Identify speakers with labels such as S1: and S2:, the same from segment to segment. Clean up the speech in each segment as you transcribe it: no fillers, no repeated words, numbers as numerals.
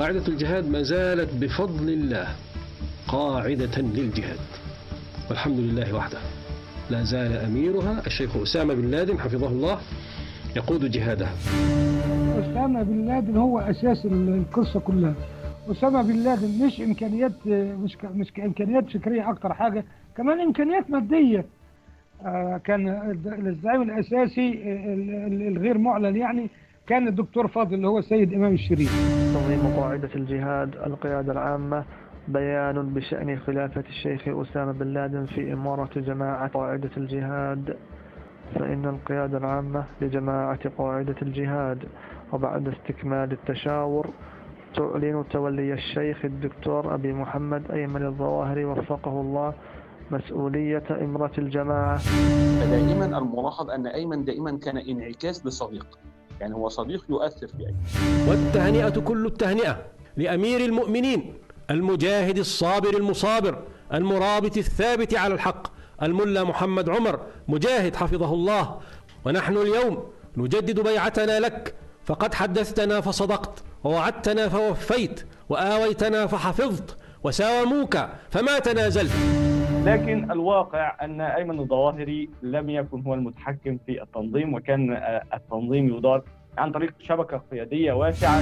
S1: قاعدة الجهاد ما زالت بفضل الله قاعدة للجهاد، والحمد لله وحده. لا زال أميرها الشيخ أسامة بن لادن حفظه الله يقود جهادها.
S2: أسامة بن لادن هو أساس القصة كلها. أسامة بن لادن مش إمكانيات، مش إمكانيات فكرية أكتر حاجة، كمان إمكانيات مادية. كان الزعيم الأساسي الغير معلن يعني كان الدكتور فاضل اللي هو السيد إمام الشريف.
S3: تنظيم قاعدة الجهاد القيادة العامة بيان بشأن خلافة الشيخ أسامة بن لادن في إمارة جماعة قاعدة الجهاد. فإن القيادة العامة لجماعة قاعدة الجهاد وبعد استكمال التشاور تعلن تولي الشيخ الدكتور أبي محمد أيمن الظواهري وفقه الله مسؤولية إمرة الجماعة.
S4: دائما الملاحظ أن أيمن دائما كان انعكاس لصديق، يعني هو صديق يؤثر في أيمن.
S1: والتهنئة كل التهنئة لأمير المؤمنين المجاهد الصابر المصابر المرابط الثابت على الحق الملا محمد عمر مجاهد حفظه الله. ونحن اليوم نجدد بيعتنا لك، فقد حدثتنا فصدقت، ووعدتنا فوفيت، وآويتنا فحفظت، وساوموك فما تنازلت.
S5: لكن الواقع أن أيمن الظواهري لم يكن هو المتحكم في التنظيم، وكان التنظيم يدار عن طريق شبكة قيادية واسعة.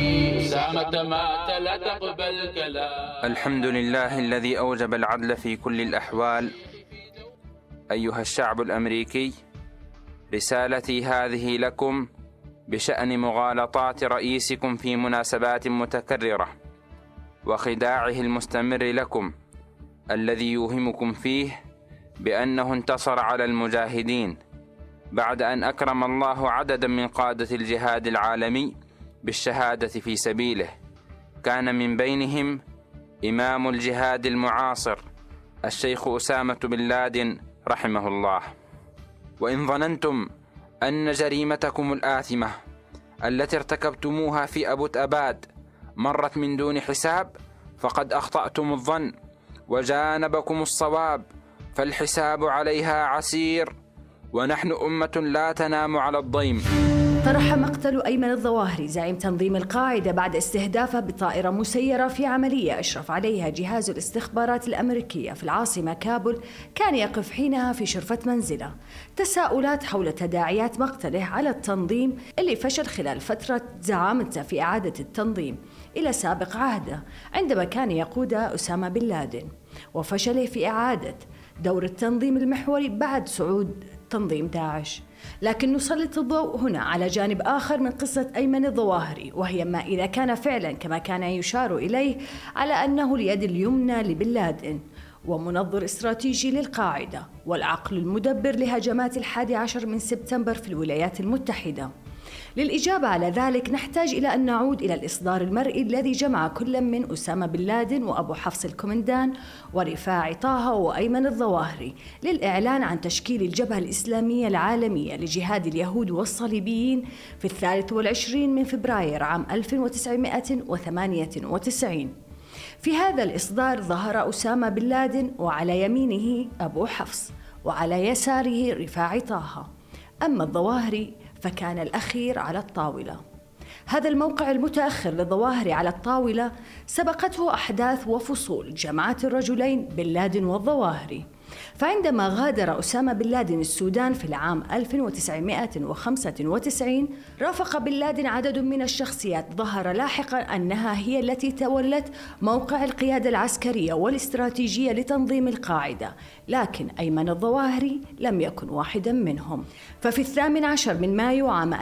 S6: لا تقبل كلام.
S7: الحمد لله الذي أوجب العدل في كل الأحوال. أيها الشعب الأمريكي، رسالتي هذه لكم بشأن مغالطات رئيسكم في مناسبات متكررة وخداعه المستمر لكم الذي يوهمكم فيه بأنه انتصر على المجاهدين بعد أن أكرم الله عددا من قادة الجهاد العالمي بالشهادة في سبيله، كان من بينهم إمام الجهاد المعاصر الشيخ أسامة بن لادن رحمه الله. وإن ظننتم أن جريمتكم الآثمة التي ارتكبتموها في أبوت أباد مرت من دون حساب فقد أخطأتم الظن وجانبكم الصواب، فالحساب عليها عسير، ونحن أمة لا تنام على الضيم.
S8: طرح مقتل أيمن الظواهري زعيم تنظيم القاعدة بعد استهدافه بطائرة مسيرة في عملية أشرف عليها جهاز الاستخبارات الأمريكية في العاصمة كابول، كان يقف حينها في شرفة منزله. تساؤلات حول تداعيات مقتله على التنظيم اللي فشل خلال فترة زعامته في إعادة التنظيم إلى سابق عهده عندما كان يقودها أسامة بن لادن، وفشله في إعادة دور التنظيم المحوري بعد صعود تنظيم داعش. لكن نسلط الضوء هنا على جانب آخر من قصة أيمن الظواهري، وهي ما إذا كان فعلا كما كان يشار إليه على أنه اليد اليمنى لبن لادن ومنظر استراتيجي للقاعدة والعقل المدبر لهجمات 11 من سبتمبر في الولايات المتحدة. للإجابة على ذلك نحتاج إلى أن نعود إلى الإصدار المرئي الذي جمع كل من أسامة بن لادن وأبو حفص الكومندان ورفاعي طه وأيمن الظواهري للإعلان عن تشكيل الجبهة الإسلامية العالمية لجهاد اليهود والصليبيين في 23 من فبراير عام 1998. في هذا الإصدار ظهر أسامة بن لادن وعلى يمينه أبو حفص وعلى يساره رفاعي طه، أما الظواهري فكان الأخير على الطاولة. هذا الموقع المتأخر للظواهري على الطاولة سبقته أحداث وفصول جمعت الرجلين بن لادن والظواهري. فعندما غادر أسامة بن لادن السودان في العام 1995 رافق بن لادن عدد من الشخصيات ظهر لاحقا أنها هي التي تولت موقع القيادة العسكرية والاستراتيجية لتنظيم القاعدة، لكن أيمن الظواهري لم يكن واحدا منهم. ففي 18 من مايو عام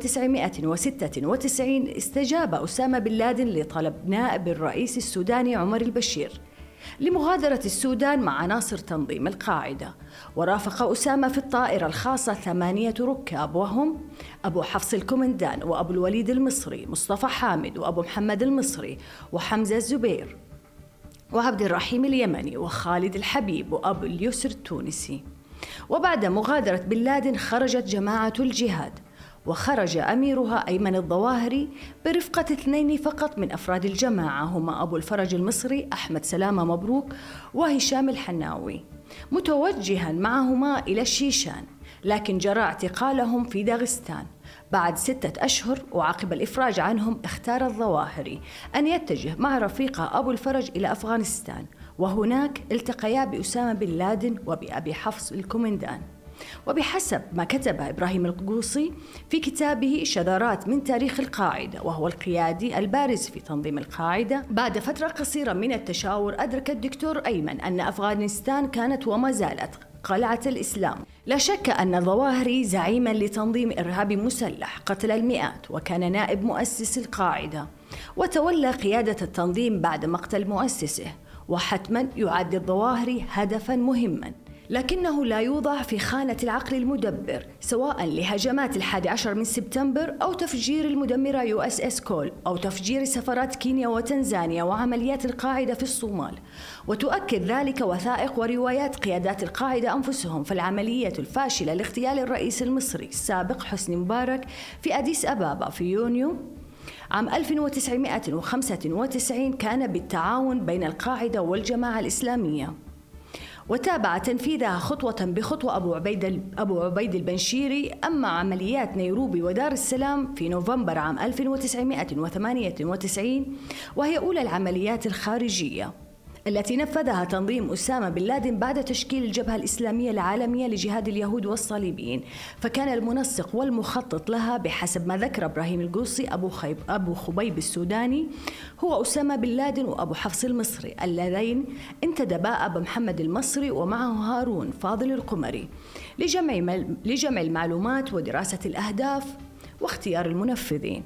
S8: 1996 استجاب أسامة بن لادن لطلب نائب الرئيس السوداني عمر البشير لمغادرة السودان مع عناصر تنظيم القاعدة، ورافق أسامة في الطائرة الخاصة 8 ركاب، وهم أبو حفص الكومندان وأبو الوليد المصري مصطفى حامد وأبو محمد المصري وحمزة الزبير وعبد الرحيم اليمني وخالد الحبيب وأبو اليسر التونسي. وبعد مغادرة بن لادن خرجت جماعة الجهاد، وخرج أميرها أيمن الظواهري برفقة 2 فقط من أفراد الجماعة، هما أبو الفرج المصري أحمد سلامة مبروك وهشام الحناوي، متوجها معهما إلى الشيشان، لكن جرى اعتقالهم في داغستان بعد 6 أشهر وعقب الإفراج عنهم اختار الظواهري أن يتجه مع رفيقه أبو الفرج إلى أفغانستان، وهناك التقيا بأسامة بن لادن وبأبي حفص الكومندان. وبحسب ما كتبه إبراهيم القوصي في كتابه شذرات من تاريخ القاعدة، وهو القيادي البارز في تنظيم القاعدة، بعد فترة قصيرة من التشاور أدرك الدكتور أيمن أن أفغانستان كانت وما زالت قلعة الإسلام. لا شك أن الظواهري زعيما لتنظيم إرهابي مسلح قتل المئات، وكان نائب مؤسس القاعدة، وتولى قيادة التنظيم بعد مقتل مؤسسه، وحتما يعد الظواهري هدفا مهما، لكنه لا يوضع في خانة العقل المدبر، سواء لهجمات 11 من سبتمبر أو تفجير المدمرة USS كول أو تفجير سفارات كينيا وتنزانيا وعمليات القاعدة في الصومال. وتؤكد ذلك وثائق وروايات قيادات القاعدة أنفسهم، فالعملية الفاشلة لاغتيال الرئيس المصري السابق حسني مبارك في أديس أبابا في يونيو عام 1995 كان بالتعاون بين القاعدة والجماعة الإسلامية، وتابع تنفيذها خطوة بخطوة أبو عبيد البنشيري. أما عمليات نيروبي ودار السلام في نوفمبر عام 1998 وهي أولى العمليات الخارجية التي نفذها تنظيم أسامة بن لادن بعد تشكيل الجبهة الإسلامية العالمية لجهاد اليهود والصليبيين، فكان المنسق والمخطط لها بحسب ما ذكر إبراهيم القوصي أبو خبيب السوداني هو أسامة بن لادن وأبو حفص المصري، اللذين انتدبا أبا محمد المصري ومعه هارون فاضل القمري لجمع المعلومات ودراسة الأهداف واختيار المنفذين.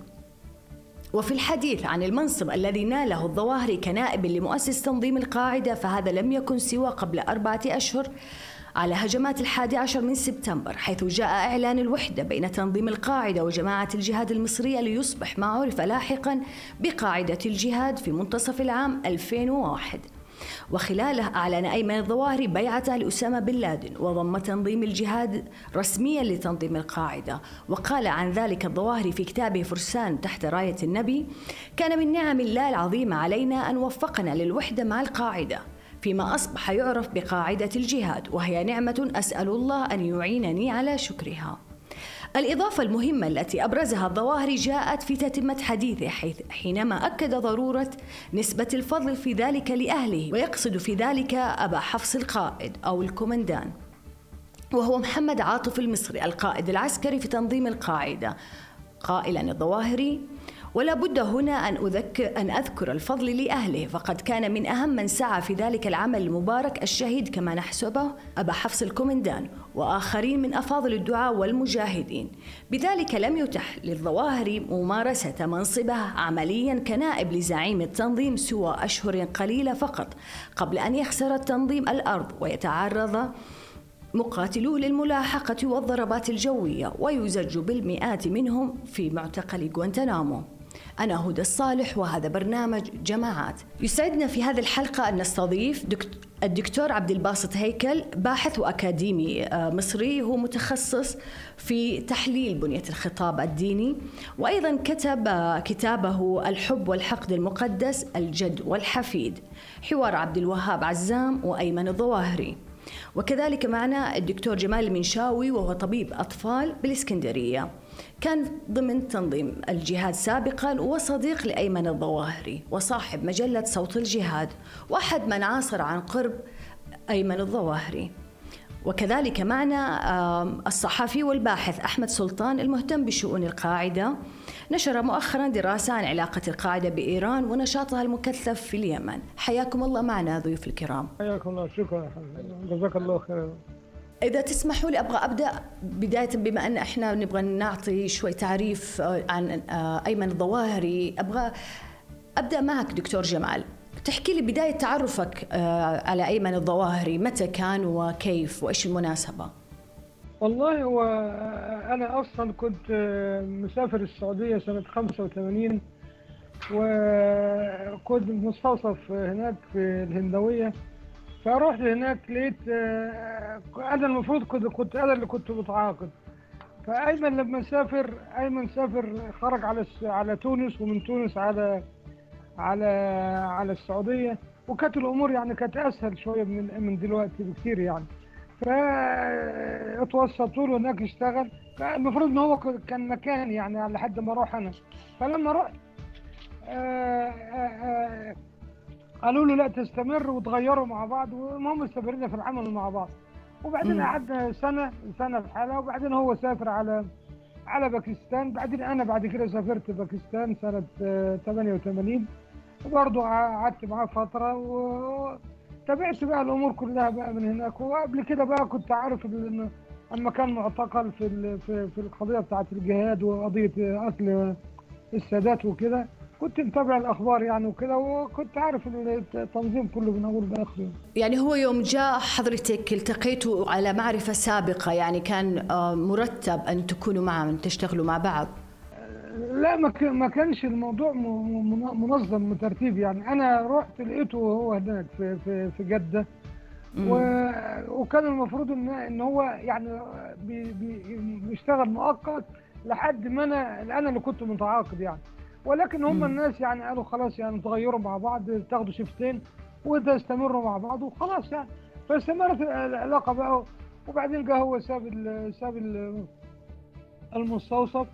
S8: وفي الحديث عن المنصب الذي ناله الظواهري كنائب لمؤسس تنظيم القاعدة، فهذا لم يكن سوى قبل 4 أشهر على هجمات 11 من سبتمبر، حيث جاء إعلان الوحدة بين تنظيم القاعدة وجماعة الجهاد المصرية ليصبح ما عرف لاحقا بقاعدة الجهاد في منتصف العام 2001. وخلاله أعلن أيمن الظواهري بيعته لأسامة بن لادن وضم تنظيم الجهاد رسميا لتنظيم القاعدة. وقال عن ذلك الظواهري في كتابه فرسان تحت راية النبي: كان من نعم الله العظيمة علينا أن وفقنا للوحدة مع القاعدة فيما أصبح يعرف بقاعدة الجهاد، وهي نعمة أسأل الله أن يعينني على شكرها. الإضافة المهمة التي أبرزها الظواهري جاءت في تتمة حديثه، حينما أكد ضرورة نسبة الفضل في ذلك لأهله، ويقصد في ذلك أبا حفص القائد أو الكومندان، وهو محمد عاطف المصري القائد العسكري في تنظيم القاعدة، قائلا الظواهري: ولا بد هنا أن أذكر الفضل لأهله، فقد كان من أهم من سعى في ذلك العمل المبارك الشهيد كما نحسبه أبا حفص الكومندان وآخرين من أفاضل الدعاة والمجاهدين. بذلك لم يتح للظواهري ممارسة منصبه عمليا كنائب لزعيم التنظيم سوى أشهر قليلة فقط قبل أن يخسر التنظيم الأرض ويتعرض مقاتلوه للملاحقة والضربات الجوية ويزج بالمئات منهم في معتقل غوانتنامو. أنا هدى الصالح وهذا برنامج جماعات. يسعدنا في هذه الحلقة أن نستضيف الدكتور عبد الباسط هيكل، باحث وأكاديمي مصري، هو متخصص في تحليل بنية الخطاب الديني، وأيضا كتب كتابه الحب والحقد المقدس، الجد والحفيد، حوار عبد الوهاب عزام وأيمن الظواهري. وكذلك معنا الدكتور جمال المنشاوي وهو طبيب أطفال بالإسكندرية، كان ضمن تنظيم الجهاد سابقا وصديق لأيمن الظواهري وصاحب مجلة صوت الجهاد وأحد من عاصر عن قرب أيمن الظواهري. وكذلك معنا الصحفي والباحث أحمد سلطان المهتم بشؤون القاعدة، نشر مؤخرا دراسة عن علاقة القاعدة بإيران ونشاطها المكثف في اليمن. حياكم الله معنا ضيوف الكرام.
S2: حياكم الله، شكرا، جزاك الله خير.
S8: إذا تسمحوا لي أبغى أبدأ بداية، بما أن إحنا نبغى نعطي شوي تعريف عن أيمن الظواهري، أبغى أبدأ معك دكتور جمال، تحكي لي بداية تعرفك على أيمن الظواهري، متى كان وكيف وإيش المناسبة؟
S2: والله هو أنا أصلا كنت مسافر السعودية سنة 85، وكنت مستوصف هناك في الهندوية، فرحت هناك لقيت أنا المفروض كنت أنا اللي كنت متعاقد. فأيمن لما سافر، أيمن سافر خرج على تونس، ومن تونس على السعودية، وكانت الأمور يعني كانت أسهل شوية من دلوقتي بكثير يعني. اتوسطوا له هناك اشتغل. المفروض ان هو كان مكان يعني لحد ما اروح انا. فلما رحت قالوا له لا تستمر وتغيروا مع بعض، والمهم استمرنا في العمل مع بعض. وبعدين قعدنا سنه في حالها، وبعدين هو سافر على باكستان. بعدين انا بعد كده سافرت باكستان سنه 88 وبرضه قعدت معاه فتره وتابعت بقى الامور كلها بقى من هناك. وقبل كده بقى كنت عارف انه اما كان معتقل في القضيه بتاعه الجهاد وقضيه قتل السادات وكده، كنت متابع الاخبار يعني وكده، وكنت عارف التنظيم كله من اول لاخره.
S8: يعني هو يوم جاء حضرتك التقيتوا على معرفه سابقه، يعني كان مرتب ان تكونوا معا تشتغلوا مع بعض؟
S2: لا ما كانش الموضوع منظم مترتيب يعني. انا رحت لقيته هو هناك في جده، وكان المفروض ان هو يعني بيشتغل مؤقت لحد ما انا اللي كنت متعاقد يعني. ولكن هم الناس يعني قالوا خلاص يعني تغيروا مع بعض، تاخدوا شيفتين وتستمروا مع بعض وخلاص يعني. فاستمرت العلاقه بقى. وبعدين جه هو ساب المستوصف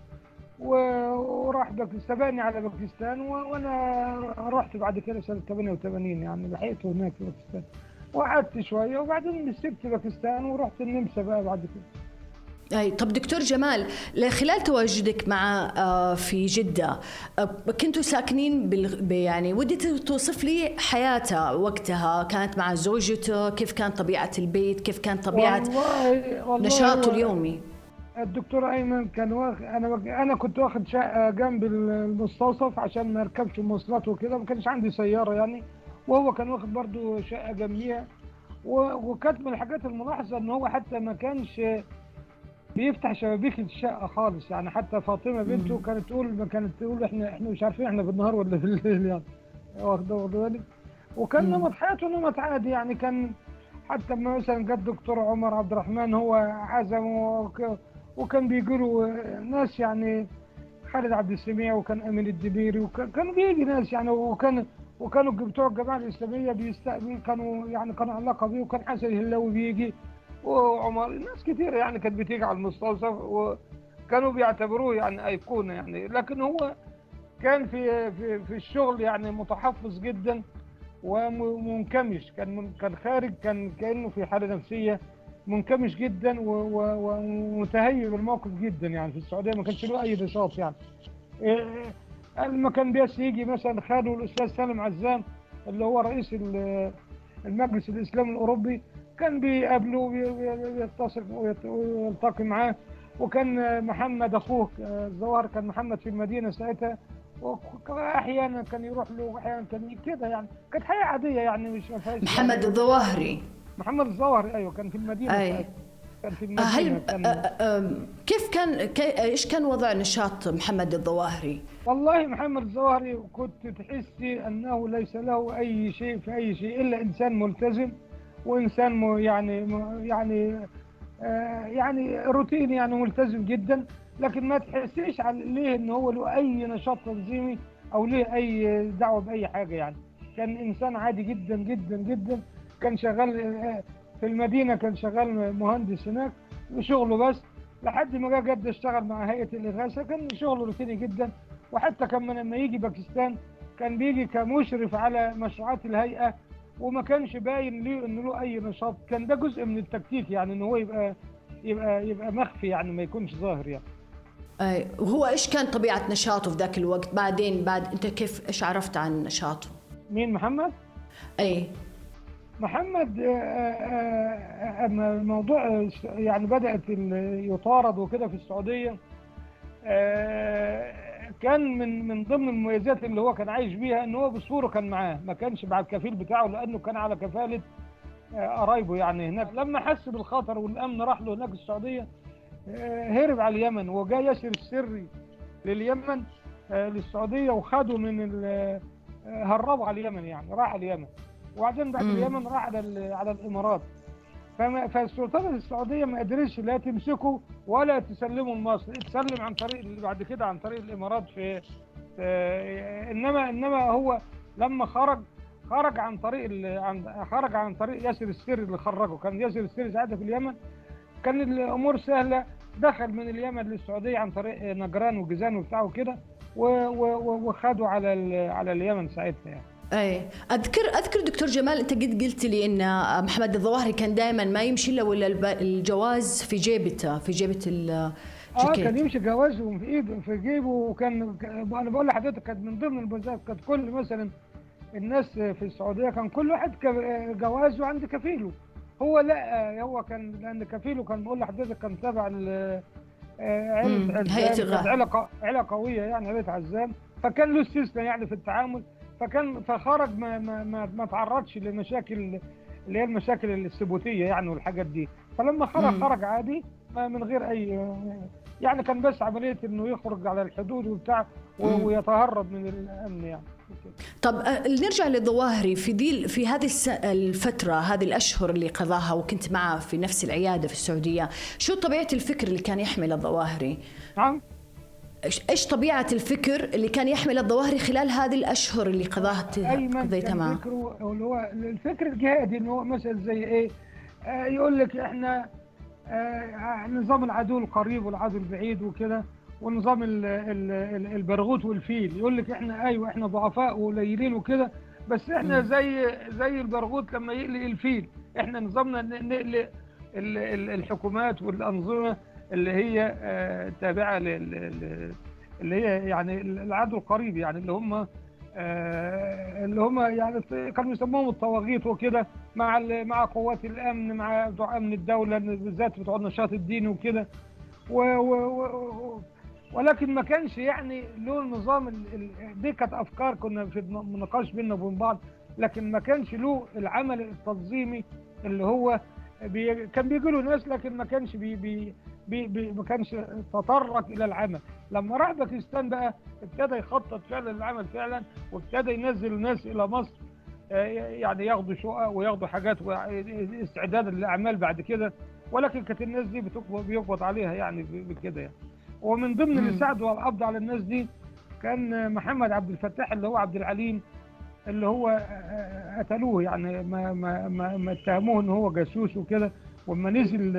S2: وراح سبقني على باكستان، وانا رحت بعد كده سنه 88 يعني لحقته هناك في باكستان وقعدت شويه، وبعدين سبت باكستان ورحت النمسا بقى بعد كده.
S8: أي طب دكتور جمال، خلال تواجدك مع في جدة كنتوا ساكنين يعني ودي توصف لي حياته وقتها، كانت مع زوجته، كيف كانت طبيعة البيت، كيف كانت طبيعة والله نشاطه اليومي؟
S2: الدكتور أيمن كان أنا كنت واخد شقة جنب المستوصف عشان ما اركبش مواصلات وكده، ما كانش عندي سيارة يعني، وهو كان واخد برضو شقة جنبيها. وكانت من الحاجات الملاحظة ان هو حتى ما كانش بيفتح شبابيك الشقه خالص يعني. حتى فاطمه بنته كانت تقول احنا مش عارفين احنا في النهار ولا في الليل يعني، واخده بالك. وكان نمط حياته نمط عادي يعني. كان حتى مثلا جد دكتور عمر عبد الرحمن هو عزم وكان بيجي له ناس يعني، خالد عبد السميع وكان امين الدبيري وكانوا بيجي ناس يعني. وكانوا بتوع الجماعه الاسلاميه كانوا علاقه بيه. وكان حسن الهلاوي بيجي وعمر، ناس كتير يعني كانت بتيجي على المستوصف، وكانوا بيعتبروه يعني أيقونة يعني. لكن هو كان في الشغل يعني متحفظ جدا ومنكمش. كان خارج، كان كأنه في حالة نفسية، منكمش جدا ومتهيئ بالموقف جدا يعني. في السعودية ما كانش له أي نشاط يعني. لما كان بس يجي مثلا خاله الأستاذ سالم عزام اللي هو رئيس المجلس الإسلامي الأوروبي، كان بيقابله ويتصل ويلتقي معاه. وكان محمد اخوه الظواهر، كان محمد في المدينه ساعتها، واحيانا كان يروح له واحيانا كان كده يعني. كانت حياه عاديه يعني، مش ما فيهاش.
S8: محمد الظواهري.
S2: محمد الظواهري ايوه، كان في المدينه ساعتها. كان في المدينه.
S8: كيف كان ايش كان وضع نشاط محمد الظواهري؟
S2: والله محمد الظواهري كنت تحسي انه ليس له اي شيء في اي شيء الا انسان ملتزم، وانسان يعني روتيني يعني، ملتزم جدا. لكن ما تحسيش ليه ان هو له اي نشاط تنظيمي او ليه اي دعوه باي حاجه يعني. كان انسان عادي جدا جدا جدا. كان شغال في المدينه، كان شغال مهندس هناك وشغله بس، لحد ما جه جده اشتغل مع هيئه الاغاثه. كان شغله روتيني جدا. وحتى كان لما يجي باكستان كان بيجي كمشرف على مشروعات الهيئه، وما كانش باين ليه انه له اي نشاط. كان ده جزء من التكتيك يعني، ان هو يبقى مخفي يعني، ما يكونش ظاهر يعني.
S8: اي وهو ايش كان طبيعه نشاطه في ذاك الوقت؟ بعد انت كيف ايش عرفت عن نشاطه؟
S2: مين محمد؟
S8: اي
S2: محمد اما الموضوع يعني بدات يطارد وكده في السعوديه، كان من ضمن المميزات اللي هو كان عايش بيها ان هو بصوره كان معاه، ما كانش مع الكفيل بتاعه، لانه كان على كفاله قرايبه يعني هناك. لما حس بالخطر والامن راح له هناك السعوديه، هرب على اليمن وجاء يسر السري لليمن للسعوديه، وخدوا هربوا على اليمن يعني، راح اليمن. وبعدين بعد اليمن راح على الامارات. فالسلطات السعوديه ما قدرتش لا تمسكه ولا تسلمه لمصر، اتسلم عن طريق بعد كده عن طريق الامارات انما هو لما خرج عن طريق ياسر السري اللي خرجه. كان ياسر السري ساعتها في اليمن، كان الامور سهله، دخل من اليمن للسعوديه عن طريق نجران وجيزان وبتاع وكده، وخدوا على اليمن ساعتها يعني.
S8: اي اذكر دكتور جمال انت قد قلت لي ان محمد الظواهري كان دائما ما يمشي الا ولا الجواز في جيبته الجاكيت.
S2: كان يمشي جوازه في ايده في جيبه، وكان انا بقول لحضرتك كانت من ضمن البوزات، كانت كل مثلا الناس في السعوديه كان كل واحد جوازه عند كفيله، هو لا هو كان لان كفيله كان بقول لحضرتك كان تابع
S8: هيئة الغاء،
S2: عيله قويه يعني هيئة عزام، فكان له استثناء يعني في التعامل، فخرج ما تعرضش لمشاكل اللي هي المشاكل الثبوتيه يعني والحاجات دي، فلما خرج عادي من غير اي يعني، كان بس عمليه انه يخرج على الحدود وبتاع ويتهرب من الامن يعني.
S8: طب نرجع للظواهري في هذه الفترة، هذه الأشهر اللي قضاها وكنت معه في نفس العيادة في السعودية، شو طبيعة الفكر اللي كان يحمل الظواهري؟
S2: نعم،
S8: إيش طبيعة الفكر اللي كان يحمل الظواهري خلال هذه الأشهر اللي قضيتها معه؟
S2: فكره اللي هو الفكر الجهادي، إنه هو مثلا زي إيه، يقول لك إحنا نظام العدو القريب والعدو البعيد وكده، ونظام البرغوث والفيل، يقول لك احنا ضعفاء وقليلين وكده، بس احنا زي البرغوث لما يقلق الفيل، احنا نظامنا نقلق الحكومات والانظمه اللي هي تابعه اللي هي يعني العدو القريب، يعني اللي هم يعني كانوا يسموهم الطواغيت وكده، مع قوات الامن، مع بتوع امن الدوله بالذات بتوع النشاط الديني وكده، ولكن ما كانش يعني له النظام دي كانت افكار كنا في نقاش بيننا وبين بعض، لكن ما كانش له العمل التنظيمي اللي هو كان بيجي له ناس، لكن ما كانش ما كانش تطرق الى العمل. لما راح باكستان بقى ابتدى يخطط فعلا للعمل فعلا، وابتدى ينزل ناس الى مصر يعني ياخدوا شقق وياخدوا حاجات واستعداد للاعمال بعد كده، ولكن كانت الناس دي بيقبض عليها يعني بكده يعني. ومن ضمن اللي ساعدوا والقبض على الناس دي كان محمد عبد الفتاح اللي هو عبد العليم، اللي هو قتلوه يعني، ما اتهموه ان هو جاسوس وكده، ولما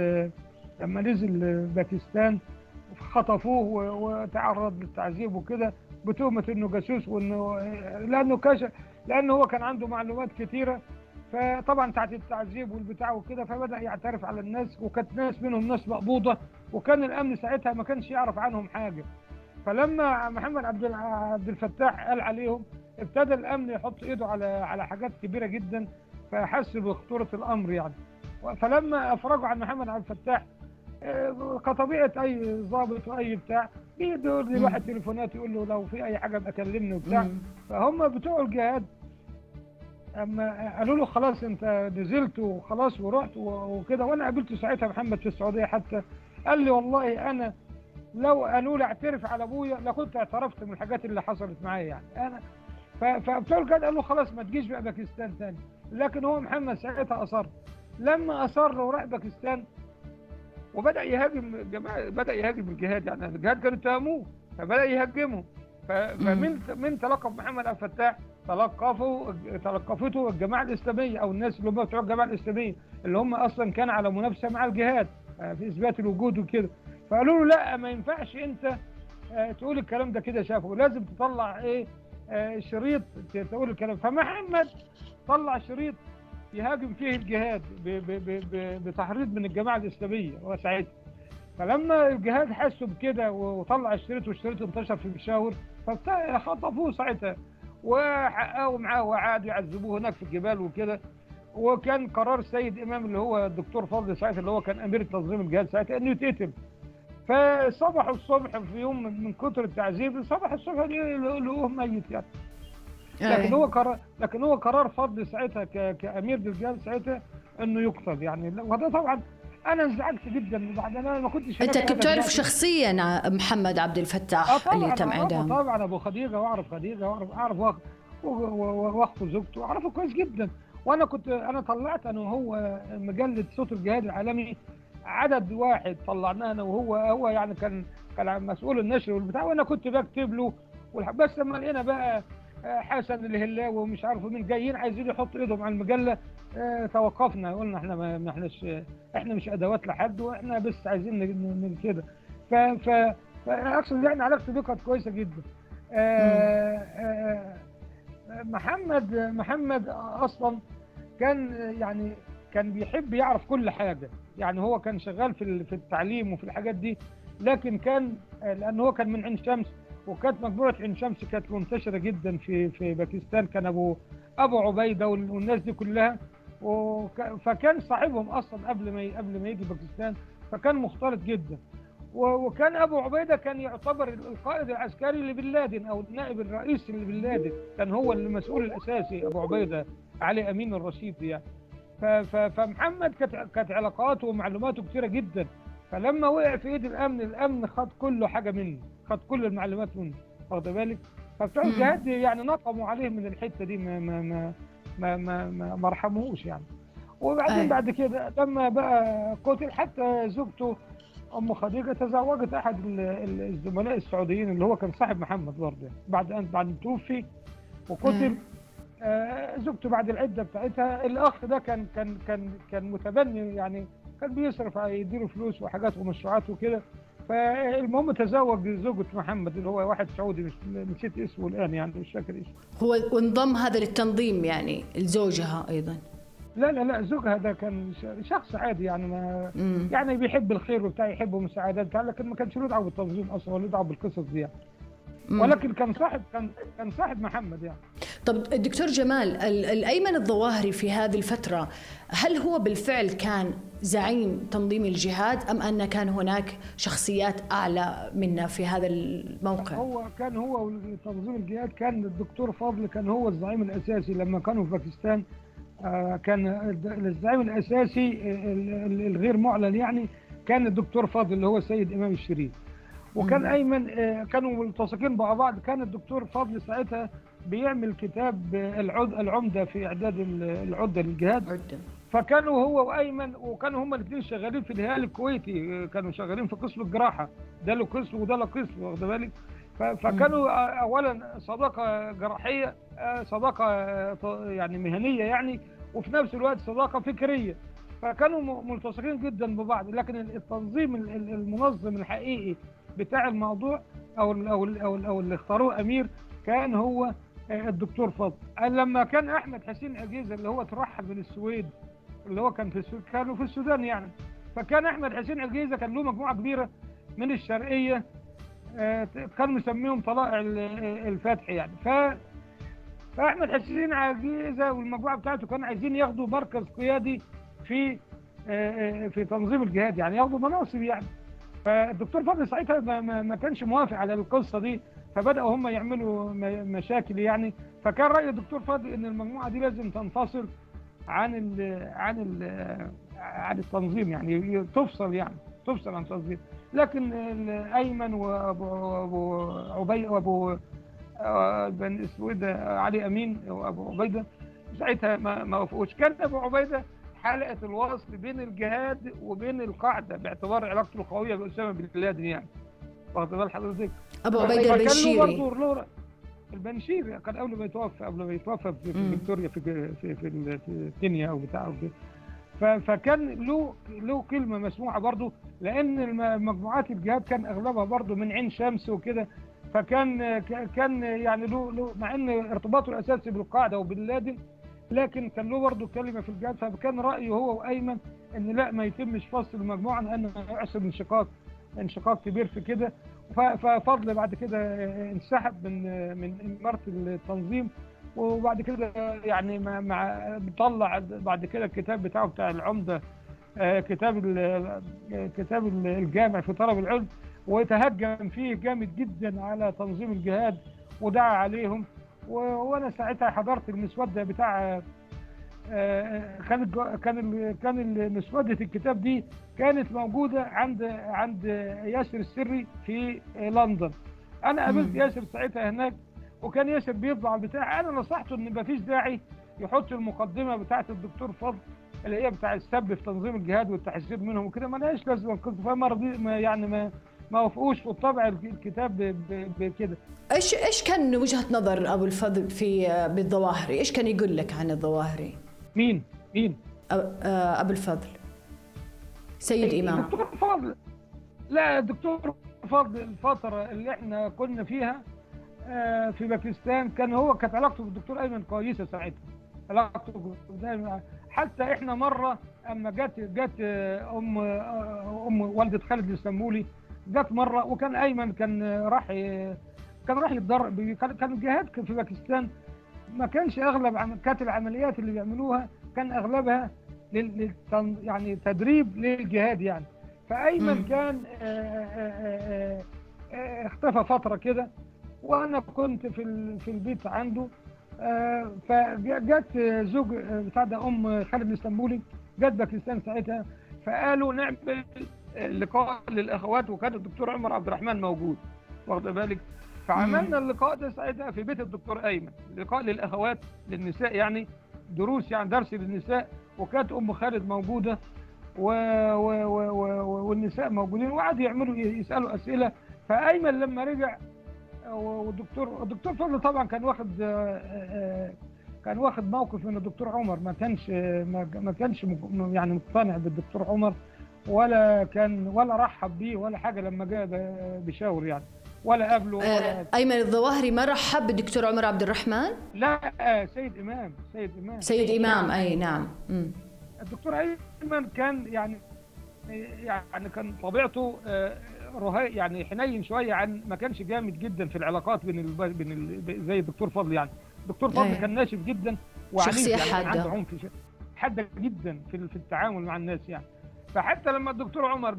S2: نزل باكستان خطفوه وتعرض للتعذيب وكده بتهمه انه جاسوس، وانه لانه هو كان عنده معلومات كثيره، فطبعا تحت التعذيب والبتاع وكده فبدأ يعترف على الناس، وكانت ناس منهم ناس مقبوضة، وكان الأمن ساعتها ما كانش يعرف عنهم حاجة. فلما محمد عبد الفتاح قال عليهم، ابتدى الأمن يحط إيده على حاجات كبيرة جدا، فحس بخطورة الأمر يعني. فلما أفرجوا عن محمد عبد الفتاح كطبيعة أي ضابط وأي بتاع بيدور لواحد تليفونات يقول له لو في أي حاجة بكلمني وبتاع، فهم بتوع الجهاد اما قالوا له خلاص انت نزلت وخلاص ورحت وكده، وانا قابلته ساعتها محمد في السعوديه حتى، قال لي والله انا لو قالوا لي اعترف على ابويا لكنت اعترفت من الحاجات اللي حصلت معايا يعني انا. فبتوع الجهاد قالوا خلاص ما تجيش بقى باكستان تاني، لكن هو محمد ساعتها اصر. لما اصر وراح باكستان وبدا يهاجم الجماعه، بدا يهاجم الجهاد يعني، الجهاد كانوا اتهموه فبدا يهاجمه، فمن تلقف محمد عبد الفتاح تلقفته الجماعه الاسلاميه، او الناس اللي هم بتوع الجماعه الاسلاميه اللي هم اصلا كان على منافسه مع الجهاد في اثبات الوجود وكده، فقالوا له لا ما ينفعش انت تقول الكلام ده كده، شافه لازم تطلع شريط تقول الكلام. فمحمد طلع شريط يهاجم فيه الجهاد بتحريض من الجماعه الاسلاميه وساعتها. فلما الجهاد حسوا بكده وطلع الشريط والشريط انتشر في بشاور، فخطفوه ساعتها وحققوا معاه وقعدوا يعذبوه هناك في الجبال وكده. وكان قرار سيد امام اللي هو الدكتور فضل ساعتها اللي هو كان امير تنظيم الجهاد ساعتها انه يتقتل. فصبحوا الصبح في يوم من كتر التعذيب، صبح الصبح لقوه ميت يعني. لكن هو قرار فضل ساعتها كامير للجهاد ساعتها انه يقتل يعني. وده طبعا انا انزعجت جدا، بعد انا ما كنتش
S8: انت كنت تعرف شخصيا محمد عبد الفتاح اللي تم اعدامه؟
S2: طبعا ابو خديجه، واعرف خديجه واعرف واخو زوجته واعرفه كويس جدا. وانا انا طلعت انا وهو مجله صوت الجهاد العالمي عدد واحد، طلعناه انا وهو، هو يعني كان مسؤول النشر والبتاع، وانا كنت بكتب له بس لما لقينا بقى حسن الهلاوي ومش عارف مين جايين عايزين يحطوا ايدهم على المجله. توقفنا قلنا احنا ما احناش، احنا مش ادوات لحد، واحنا بس عايزين من كده. فاقصد يعني علاقتي بيه كانت كويسه جدا. محمد اصلا كان يعني كان بيحب يعرف كل حاجه، يعني هو كان شغال في التعليم وفي الحاجات دي، لكن كان لان هو كان من عين شمس، وكانت مجموعه عين شمس كانت منتشره جدا في باكستان، كان ابو عبيده والناس دي كلها، فكان صاحبهم اصلا قبل ما يجي باكستان، فكان مختلط جدا. وكان ابو عبيده كان يعتبر القائد العسكري لبن لادن او النائب الرئيسي لبن لادن، كان هو المسؤول الاساسي ابو عبيده علي امين الرشيد يعني. فمحمد كانت علاقاته ومعلوماته كثيره جدا، فلما وقع في ايد الامن خد كل حاجه منه، خد كل المعلومات منه، واخد بالك؟ فبتوع الجهاد يعني نقموا عليه من الحته دي، ما رحموش يعني. وبعدين بعد كده لما بقى قتل، حتى زوجته ام خديجه تزوجت احد الزملاء السعوديين اللي هو كان صاحب محمد برضه، بعد ما توفي وقتل. زوجته بعد العده بتاعتها، الاخ ده كان متبني، يعني كان بيصرف يديله فلوس وحاجات ومشروعات وكده. فالمهم تزوج زوجة محمد اللي هو واحد سعودي، مش نسيت اسمه الان يعني، مش فاكر اسمه.
S8: هو وانضم هذا للتنظيم يعني لزوجها ايضا؟
S2: لا زوجها ده كان شخص عادي يعني، ما يعني بيحب الخير وبتاع، يحب المساعدات بتاع، لكن ما كانش له دعوه بالتنظيم اصلا ولا دعوه بالقصص دي يعني. ولكن كان صاحب محمد يعني.
S8: طب الدكتور جمال، الأيمن الظواهري في هذه الفترة هل هو بالفعل كان زعيم تنظيم الجهاد أم أن كان هناك شخصيات أعلى منا في هذا الموقع؟
S2: هو تنظيم الجهاد، كان الدكتور فاضل كان هو الزعيم الأساسي لما كانوا في باكستان. كان الزعيم الأساسي الغير معلن يعني كان الدكتور فاضل اللي هو سيد إمام الشريف، وكان أيمن كانوا ملتصقين مع بعض. كان الدكتور فاضل ساعتها بيعمل كتاب العمدة في إعداد العدة للجهاد، فكانوا هو وأيمن، وكانوا هما الاثنين شغالين في الهلال الكويتي، كانوا شغالين في قسم الجراحة، ده له قسم وده له قسم، واخد بالك؟ فكانوا أولا صداقة جراحية، صداقة يعني مهنية يعني، وفي نفس الوقت صداقة فكرية، فكانوا ملتصقين جدا ببعض. لكن التنظيم المنظم الحقيقي بتاع الموضوع او اللي اختاروه امير كان هو الدكتور فاضل. لما كان احمد حسين عجيزه اللي هو ترحل من السويد، اللي هو كانوا في السودان يعني، فكان احمد حسين عجيزه كان له مجموعه كبيره من الشرقيه، كان مسميهم طلائع الفتح يعني. فاحمد حسين عجيزه والمجموعه بتاعته كانوا عايزين ياخدوا مركز قيادي في تنظيم الجهاد، يعني ياخدوا مناصب يعني. فالدكتور فاضل ساعتها ما كانش موافق على القصه دي، فبداوا هم يعملوا مشاكل يعني. فكان راي الدكتور فاضل ان المجموعه دي لازم تنفصل عن التنظيم، يعني تفصل عن التنظيم. لكن ايمن وابو عبيده وابو بن اسود علي امين وابو عبيده ساعتها ما وافقوش. كان ابو عبيده حلقه الوصل بين الجهاد وبين القاعده، باعتبار علاقته القويه باسامه بن لادن يعني، واخد بال حضرتك؟
S8: ابو عبيده البنشيري،
S2: البنشيري كان قبل ما يتوفى في فيكتوريا في كينيا او بتاع. فكان له كلمه مسموعه برضه، لان مجموعات الجهاد كان اغلبها برضه من عين شمس وكده، فكان يعني له مع ان ارتباطه الاساسي بالقاعده وبن لادن، لكن كان له برضه كلمه في الجهاد. فكان رايه هو وايمن ان لا، ما يتمش فصل المجموعه، لان يحصل انشقاق كبير في كده. ففضل بعد كده انسحب من إمارة التنظيم، وبعد كده يعني طلع بعد كده الكتاب بتاعه بتاع العمدة، كتاب الجامع في طلب العلم، وتهجم فيه جامد جدا على تنظيم الجهاد ودعا عليهم. وانا ساعتها حضرت المسودة بتاع كان مسودة الكتاب دي كانت موجودة عند ياسر السري في لندن. انا قابلت ياسر ساعتها هناك، وكان ياسر بيطبع البتاع. انا نصحته ان مفيش داعي يحط المقدمة بتاعة الدكتور فضل اللي هي بتاع السب في تنظيم الجهاد والتحذير منهم وكده، ما لهاش لازمه القصه. فما رضي يعني ما وافقوش في طبع الكتاب بكده.
S8: ايش كان وجهة نظر ابو الفضل في بالظواهري؟ ايش كان يقول لك عن الظواهري؟
S2: مين؟
S8: ابو الفضل سيد امام.
S2: الدكتور فضل، لا الدكتور فضل الفترة اللي احنا كنا فيها في باكستان كانت علاقته بالدكتور ايمن كويسة ساعتها، علاقته دايما. حتى احنا مرة اما جت ام والدة خالد السمولي جت مرة، وكان ايمن كان راح يتدرب، كان الجهاد في باكستان ما كانش اغلب كانت العمليات اللي بيعملوها كان اغلبها يعني تدريب للجهاد يعني. فايمن كان اختفى فترة كده، وانا كنت في البيت عنده. فجت زوج بتاع ده ام خالد الاسطنبولي جت باكستان ساعتها، فقالوا نعمل لقاء للاخوات، وكان الدكتور عمر عبد الرحمن موجود، واخد بالك. فعملنا اللقاء ده ساعتها في بيت الدكتور ايمن، لقاء للاخوات للنساء يعني، دروس يعني درس للنساء، وكانت ام خالد موجوده والنساء موجودين، وقعدوا يسالوا اسئله. فايمن لما رجع والدكتور فضل طبعا كان واخد موقف من الدكتور عمر، ما كانش يعني مقتنع بالدكتور عمر، ولا رحب بيه ولا حاجه لما جاء بشاور يعني، ولا قابله ولا
S8: ايمن الظواهري ما رحب بالدكتور عمر عبد الرحمن؟
S2: لا سيد امام
S8: اي نعم.
S2: الدكتور ايمن كان يعني كان طبيعته يعني حنين شويه، عن ما كانش جامد جدا في العلاقات زي الدكتور فضل يعني. الدكتور فضل كان ناشف جدا وعنيف يعني، عنده عنف حاده جدا في التعامل مع الناس يعني. فحتى لما الدكتور عمر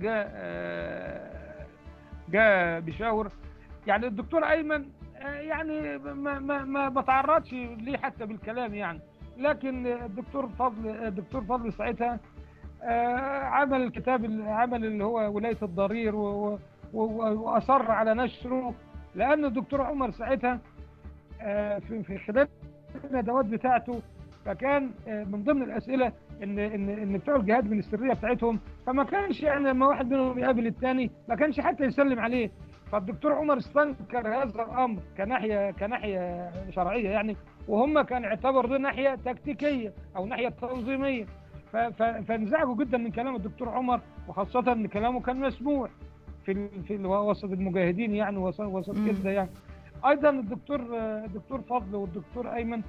S2: جاء بشاور يعني، الدكتور ايمن يعني ما بتعرضش ليه حتى بالكلام يعني، لكن الدكتور فضل ساعتها عمل الكتاب، عمل اللي هو ولاية الضرير وأصر على نشره، لأن الدكتور عمر ساعتها في خلال الندوات بتاعته، فكان من ضمن الأسئلة إن بتوع الجهاد من السرية بتاعتهم، فما كانش يعني لما واحد منهم يقابل الثاني ما كانش حتى يسلم عليه. فالدكتور عمر استنكر هذا الأمر كناحية شرعية يعني، وهم كان اعتبر ده ناحية تكتيكية أو ناحية تنظيمية. فانزعجوا جدا من كلام الدكتور عمر، وخاصة ان كلامه كان مسموع في وسط المجاهدين يعني، وسط كده يعني. ايضا الدكتور فضل والدكتور ايمن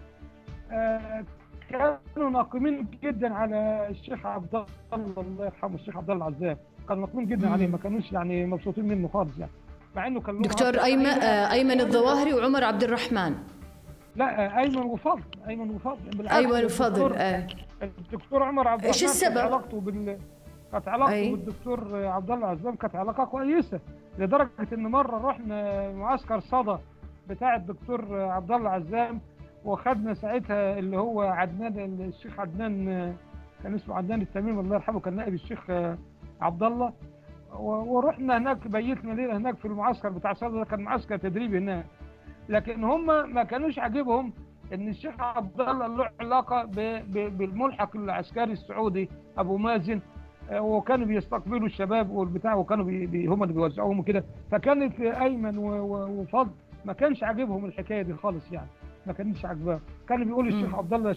S2: كانوا ناقمين جدا على الشيخ عبد الله يرحمه، الشيخ عبد الله العزام، كانوا ناقمين جدا عليه، ما كانوش يعني مبسوطين منه خالص يعني، مع انه كان
S8: دكتور ايمن الظواهري وعمر عبد الرحمن.
S2: لا ايمن وفضل
S8: ايمن وفضل.
S2: الدكتور عمر عبد الرحمن
S8: ايش السبب؟
S2: كانت علاقته بالدكتور عبد الله العزام كانت علاقه كويسه، لدرجه ان مره رحنا معسكر صدى بتاع الدكتور عبد الله العزام، وخدنا ساعتها اللي هو الشيخ عدنان، كان اسمه عدنان التميم الله يرحمه، كان نائب الشيخ عبد الله، ورحنا هناك بيتنا ليله هناك في المعسكر بتاع صدى، ده كان معسكر تدريبي هناك. لكن هم ما كانوش عاجبهم ان الشيخ عبد الله له علاقه بالملحق العسكري السعودي ابو مازن، وكانوا بيستقبلوا الشباب والبتاع، وكانوا هم اللي بيوزعوهم وكده. فكانت ايمن وفضل ما كانش عاجبهم الحكايه دي خالص يعني، ما كانتش عاجباهم. كانوا بيقولوا الشيخ عبد الله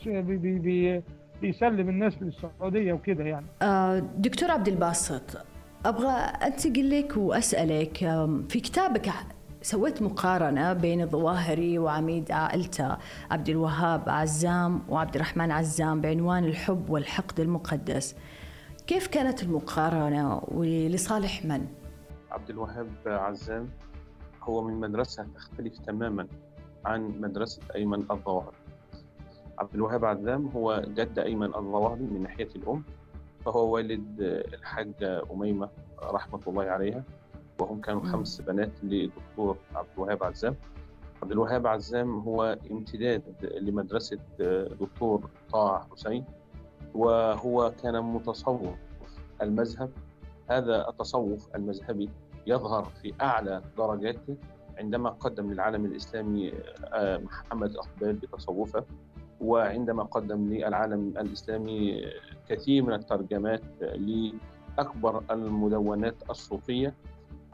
S2: بيسلم الناس للسعوديه وكده يعني.
S8: دكتور عبد الباسط، ابغى انتقل لك واسالك، في كتابك سويت مقارنة بين الظواهري وعميد عائلته عبد الوهاب عزام وعبد الرحمن عزام بعنوان الحب والحقد المقدس. كيف كانت المقارنة ولصالح من؟
S4: عبد الوهاب عزام هو من مدرسة تختلف تماما عن مدرسة أيمن الظواهري. عبد الوهاب عزام هو جد أيمن الظواهري من ناحية الأم، فهو والد الحاجة أميمة رحمة الله عليها، وهم كانوا 5 بنات للدكتور عبد الوهاب عزام. عبد الوهاب عزام هو امتداد لمدرسة دكتور طه حسين، وهو كان متصوف المذهب. هذا التصوف المذهبي يظهر في أعلى درجاته عندما قدم للعالم الإسلامي محمد أقبال بتصوفه، وعندما قدم للعالم الإسلامي كثير من الترجمات لأكبر المدونات الصوفية.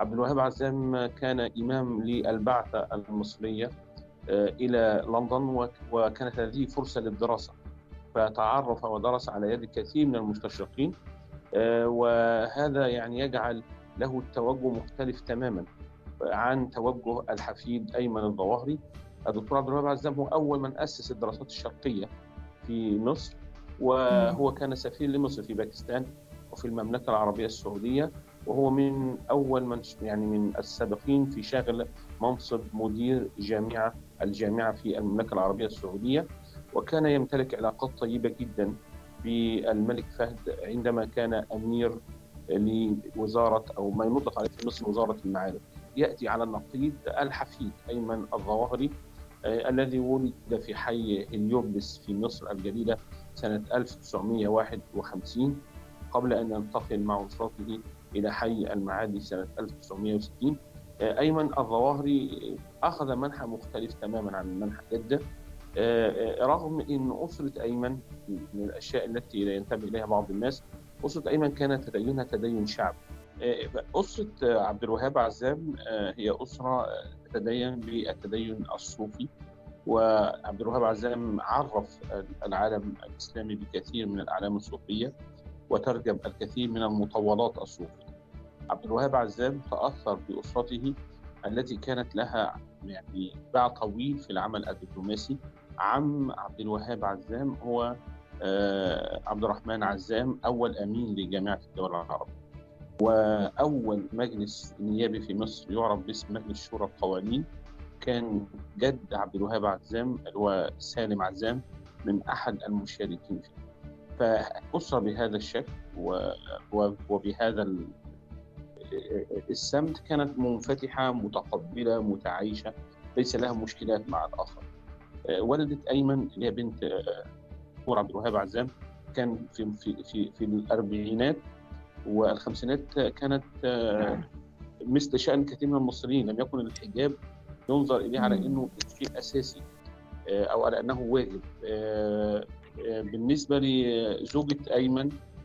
S4: عبد الوهاب عزام كان إمام للبعثة المصرية إلى لندن، وكانت هذه فرصة للدراسة، فتعرف ودرس على يد كثير من المستشرقين، وهذا يعني يجعل له التوجه مختلف تماما عن توجه الحفيد أيمن الظواهري. الدكتور عبد الوهاب عزام هو أول من أسس الدراسات الشرقية في مصر، وهو كان سفير لمصر في باكستان وفي المملكة العربية السعودية، وهو من أول من السابقين في شغل منصب مدير الجامعة في المملكة العربية السعودية. وكان يمتلك علاقات طيبة جدا بالملك فهد عندما كان أمير لوزارة أو ما يطلق عليه في مصر وزارة المعارف. يأتي على النقيض الحفيد أيمن الظواهري الذي ولد في حي هليوبلس في مصر الجديدة سنة 1951 قبل أن ينتقل مع أسرته إلى حي المعادي سنة 1960. أيمن الظواهري أخذ منحى مختلف تماما عن منحى جده، رغم أن أسرة أيمن من الأشياء التي لا ينتبه إليها بعض الناس، أسرة أيمن كانت تدينها تدين شعبي. أسرة عبد الوهاب عزام هي أسرة تتدين بالتدين الصوفي، وعبد الوهاب عزام عرف العالم الإسلامي بكثير من الأعلام الصوفية وترجم الكثير من المطولات الصوفية. عبد الوهاب عزام تأثر بأسرته التي كانت لها يعني باع طويل في العمل الدبلوماسي. عم عبد الوهاب عزام هو عبد الرحمن عزام، أول أمين لجامعة الدول العربية، وأول مجلس نيابي في مصر يعرف باسم مجلس شورى القوانين كان جد عبد الوهاب عزام هو سالم عزام من أحد المشاركين فيه. فأسرة بهذا الشكل وبهذا السمت كانت منفتحة متقبلة متعايشة، ليس لها مشكلات مع الآخر. ولدت أيمن اللي هي بنت دكتور عبد الوهاب عزام كان في الأربعينات والخمسينات، كانت مثل شأن كثير من المصريين لم يكن الحجاب ينظر إليه على أنه شيء أساسي أو على أنه واجب. بالنسبة لزوجة أيمن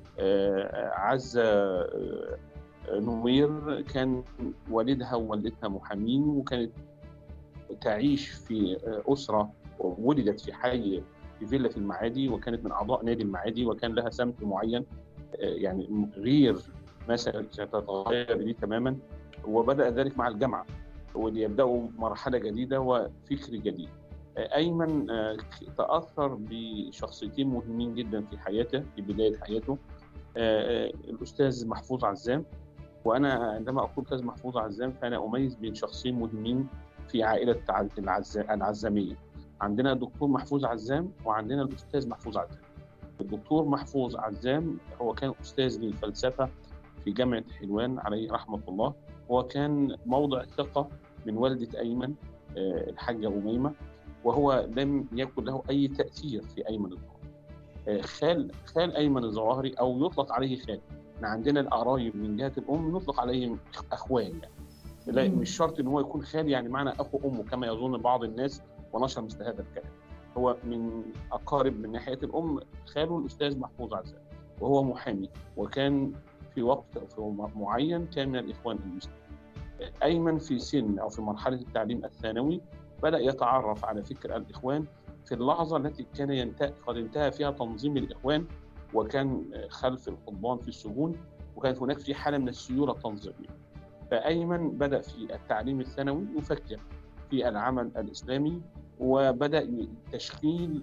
S4: عزة نوير، كان والدها ووالدتها محامين، وكانت تعيش في أسرة ولدت في حي في فيلا في المعادي، وكانت من أعضاء نادي المعادي، وكان لها سمت معين يعني غير ما ستتغير به تماما. وبدأ ذلك مع الجامعة وليبدأوا مرحلة جديدة وفكر جديد. أيمن تأثر بشخصيتين مهمين جدا في حياته في بداية حياته، الأستاذ محفوظ عزام. وأنا عندما أقول أستاذ محفوظ عزام فأنا أميز بين شخصين مهمين في عائلة العزامية. عندنا الدكتور محفوظ عزام وعندنا الأستاذ محفوظ عزام. الدكتور محفوظ عزام هو كان أستاذ للفلسفة في جامعة حلوان عليه رحمة الله، وكان موضع ثقة من والدة أيمن الحاجة أميمة، وهو لم يكن له أي تأثير في أيمن الظواهري. خال أيمن الظواهري أو يطلق عليه خال، عندنا القرايب من جهة الأم نطلق عليهم أخوان، يعني لا مش شرط إن هو يكون خال يعني معنى أخو أمه كما يظن بعض الناس ونشر مثل هذا الكلام. هو من أقارب من ناحية الأم خاله الأستاذ محفوظ عزام، وهو محامي، وكان في وقت معين كان من الإخوان المسلمين. أيمن في سن أو في مرحلة التعليم الثانوي بدأ يتعرف على فكر الإخوان في اللحظة التي كان قد انتهى فيها تنظيم الإخوان، وكان خلف القضبان في السجون، وكانت هناك في حالة من السيولة التنظيمية. فأيمن بدأ في التعليم الثانوي يفكر في العمل الإسلامي، وبدأ تشكيل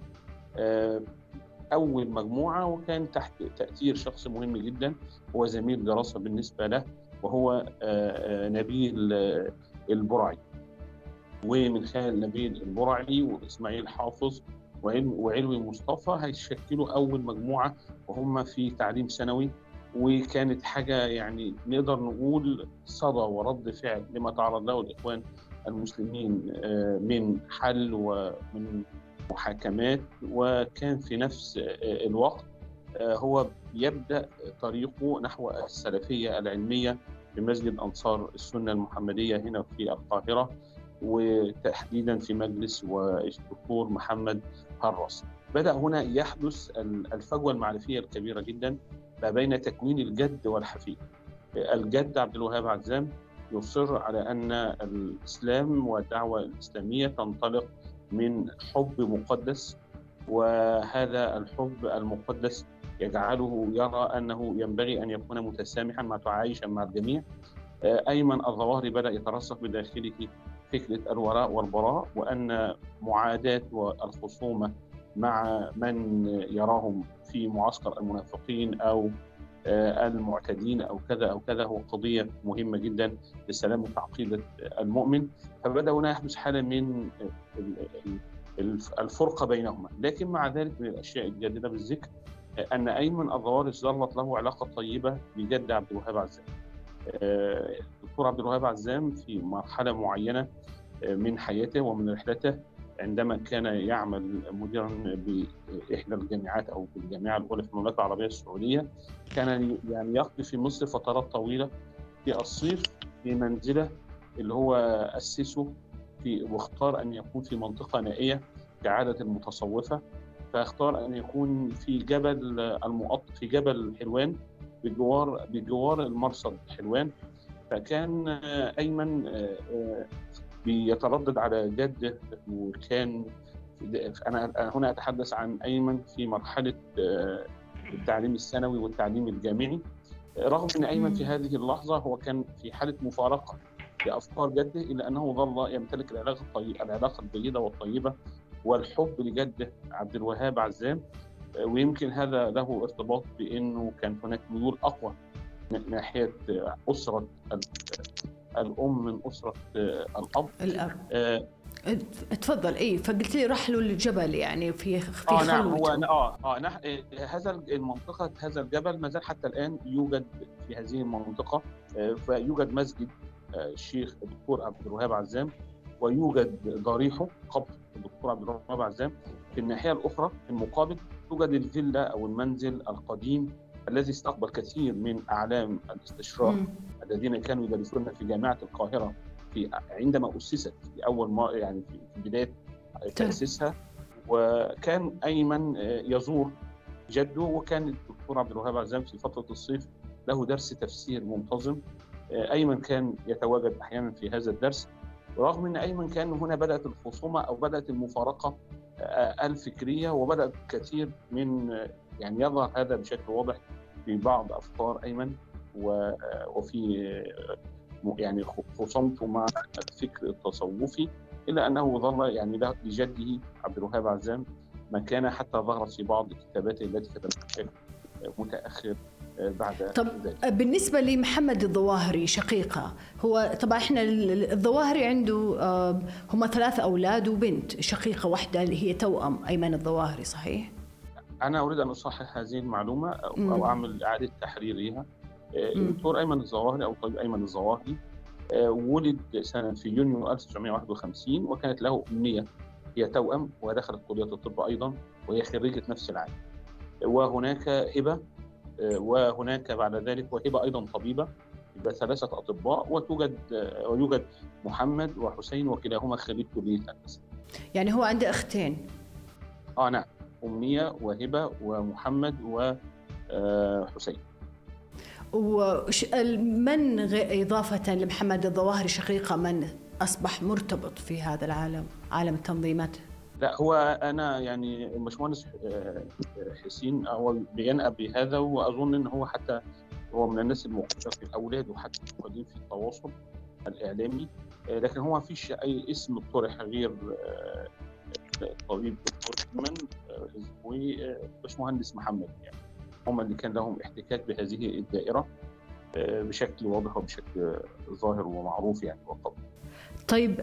S4: أول مجموعة، وكان تحت تأثير شخص مهم جدا هو زميل دراسة بالنسبة له وهو نبيل البرعي. ومن خلال نبيل البرعي وإسماعيل حافظ وعلوي مصطفى هيشكلوا أول مجموعة وهم في تعليم ثانوي. وكانت حاجة يعني نقدر نقول صدى ورد فعل لما تعرض له الإخوان المسلمين من حل ومن محاكمات، وكان في نفس الوقت هو يبدأ طريقه نحو السلفية العلمية بمسجد أنصار السنة المحمدية هنا في القاهرة، وتحديدا في مجلس والدكتور محمد هرس. بدأ هنا يحدث الفجوة المعرفية الكبيرة جدا ما بين تكوين الجد والحفيد. الجد عبد الوهاب عزام يصر على أن الإسلام والدعوة الإسلامية تنطلق من حب مقدس، وهذا الحب المقدس يجعله يرى أنه ينبغي أن يكون متسامحا متعايشا مع الجميع. أيمن الظواهري بدأ يترسخ بداخله فكرة الوراء والبراء، وأن معاداة والخصومة مع من يراهم في معسكر المنافقين أو المعتدين أو كذا أو كذا هو قضية مهمة جدا لسلامة عقيدة المؤمن. فبدأ هنا يحدث حالة من الفرقة بينهما. لكن مع ذلك من الأشياء الجديدة بالذكر أن أيمن الظواهري ظلت له علاقة طيبة بجد عبد الوهاب عزام. الدكتور عبد الوهاب عزام في مرحلة معينة من حياته ومن رحلته، عندما كان يعمل مديرا بإحدى الجامعات أو بالجامعة الأولى في المملكة العربية السعودية، كان يعني يقضي في مصر فترات طويلة في الصيف في منزله اللي هو أسسه واختار أن يكون في منطقة نائية كعادة المتصوفة، فاختار أن يكون في جبل في جبل حلوان بجوار المرصد حلوان. فكان أيمن بيتردد على جده، وكان أنا هنا أتحدث عن أيمن في مرحلة التعليم الثانوي والتعليم الجامعي، رغم أن أيمن في هذه اللحظة هو كان في حالة مفارقة لأفكار جده، إلا أنه ظل يمتلك العلاقة الجيدة والطيبة والحب لجده عبد الوهاب عزام. ويمكن هذا له ارتباط بأنه كان هناك ميول أقوى من ناحية أسرة الأم من أسرة الأب.
S8: تفضل. فقلت لي رحلوا للجبل يعني في خلوته.
S4: نعم، هو هذا المنطقة، هذا الجبل ما زال حتى الآن يوجد في هذه المنطقة. فيوجد مسجد الشيخ الدكتور عبد الوهاب عزام، ويوجد ضريحه قبر الدكتور عبد الوهاب عزام. في الناحية الأخرى في المقابل توجد الفيلا أو المنزل القديم الذي استقبل كثير من أعلام الاستشراق الذين كانوا يدرسون في جامعة القاهرة عندما أسست في أول ما يعني في بداية تأسيسها. وكان أيمن يزور جده، وكان الدكتور عبد الوهاب عزام في فترة الصيف له درس تفسير منتظم. أيمن كان يتواجد أحيانا في هذا الدرس، رغم أن أيمن كان هنا بدأت الخصومة أو بدأت المفارقة الفكرية، وبدأت كثير من يعني يظهر هذا بشكل واضح في بعض أفكار أيمن وفي يعني خصومته مع الفكر التصوفي، إلا أنه ظل يعني لجده عبد الوهاب عزام مكانة حتى ظهرت في بعض كتاباته التي كتبها بشكل متأخر بعد ذلك.
S8: بالنسبة لمحمد الظواهري شقيقة، هو طبعا احنا الظواهري عنده هم 3 أولاد وبنت شقيقة واحدة اللي هي توأم أيمن الظواهري، صحيح؟
S4: أنا أريد أن أصحح هذه المعلومة أو أعمل إعادة تحرير لها. الدكتور أيمن الظواهري أو طبيب أيمن الظواهري ولد في يونيو 1951، وكانت له أمنية، هي توأم ودخلت كلية الطب أيضا، وهي خريجة نفس العام. وهناك هبة، وهناك بعد ذلك وهبة أيضا طبيبة، يبقى 3 أطباء. ويوجد محمد وحسين وكلاهما خريج كلية الهندسة.
S8: يعني هو عنده أختين.
S4: نعم، أمنية وهبة ومحمد وحسين.
S8: ومن إضافة لمحمد الظواهري شقيقة من أصبح مرتبط في هذا العالم، عالم التنظيمات؟
S4: لا، هو أنا يعني الباشمهندس حسين هو بينأى بهذا، وأظن أن هو حتى هو من الناس الموقفة في الأولاد وحتى موجودين في التواصل الإعلامي. لكن هو ما فيش أي اسم طرح غير الطبيب دكتور أيمن وباشمهندس محمد، يعني هم اللي كان لهم احتكاك بهذه الدائرة بشكل واضح وبشكل ظاهر ومعروف يعني وقبل.
S8: طيب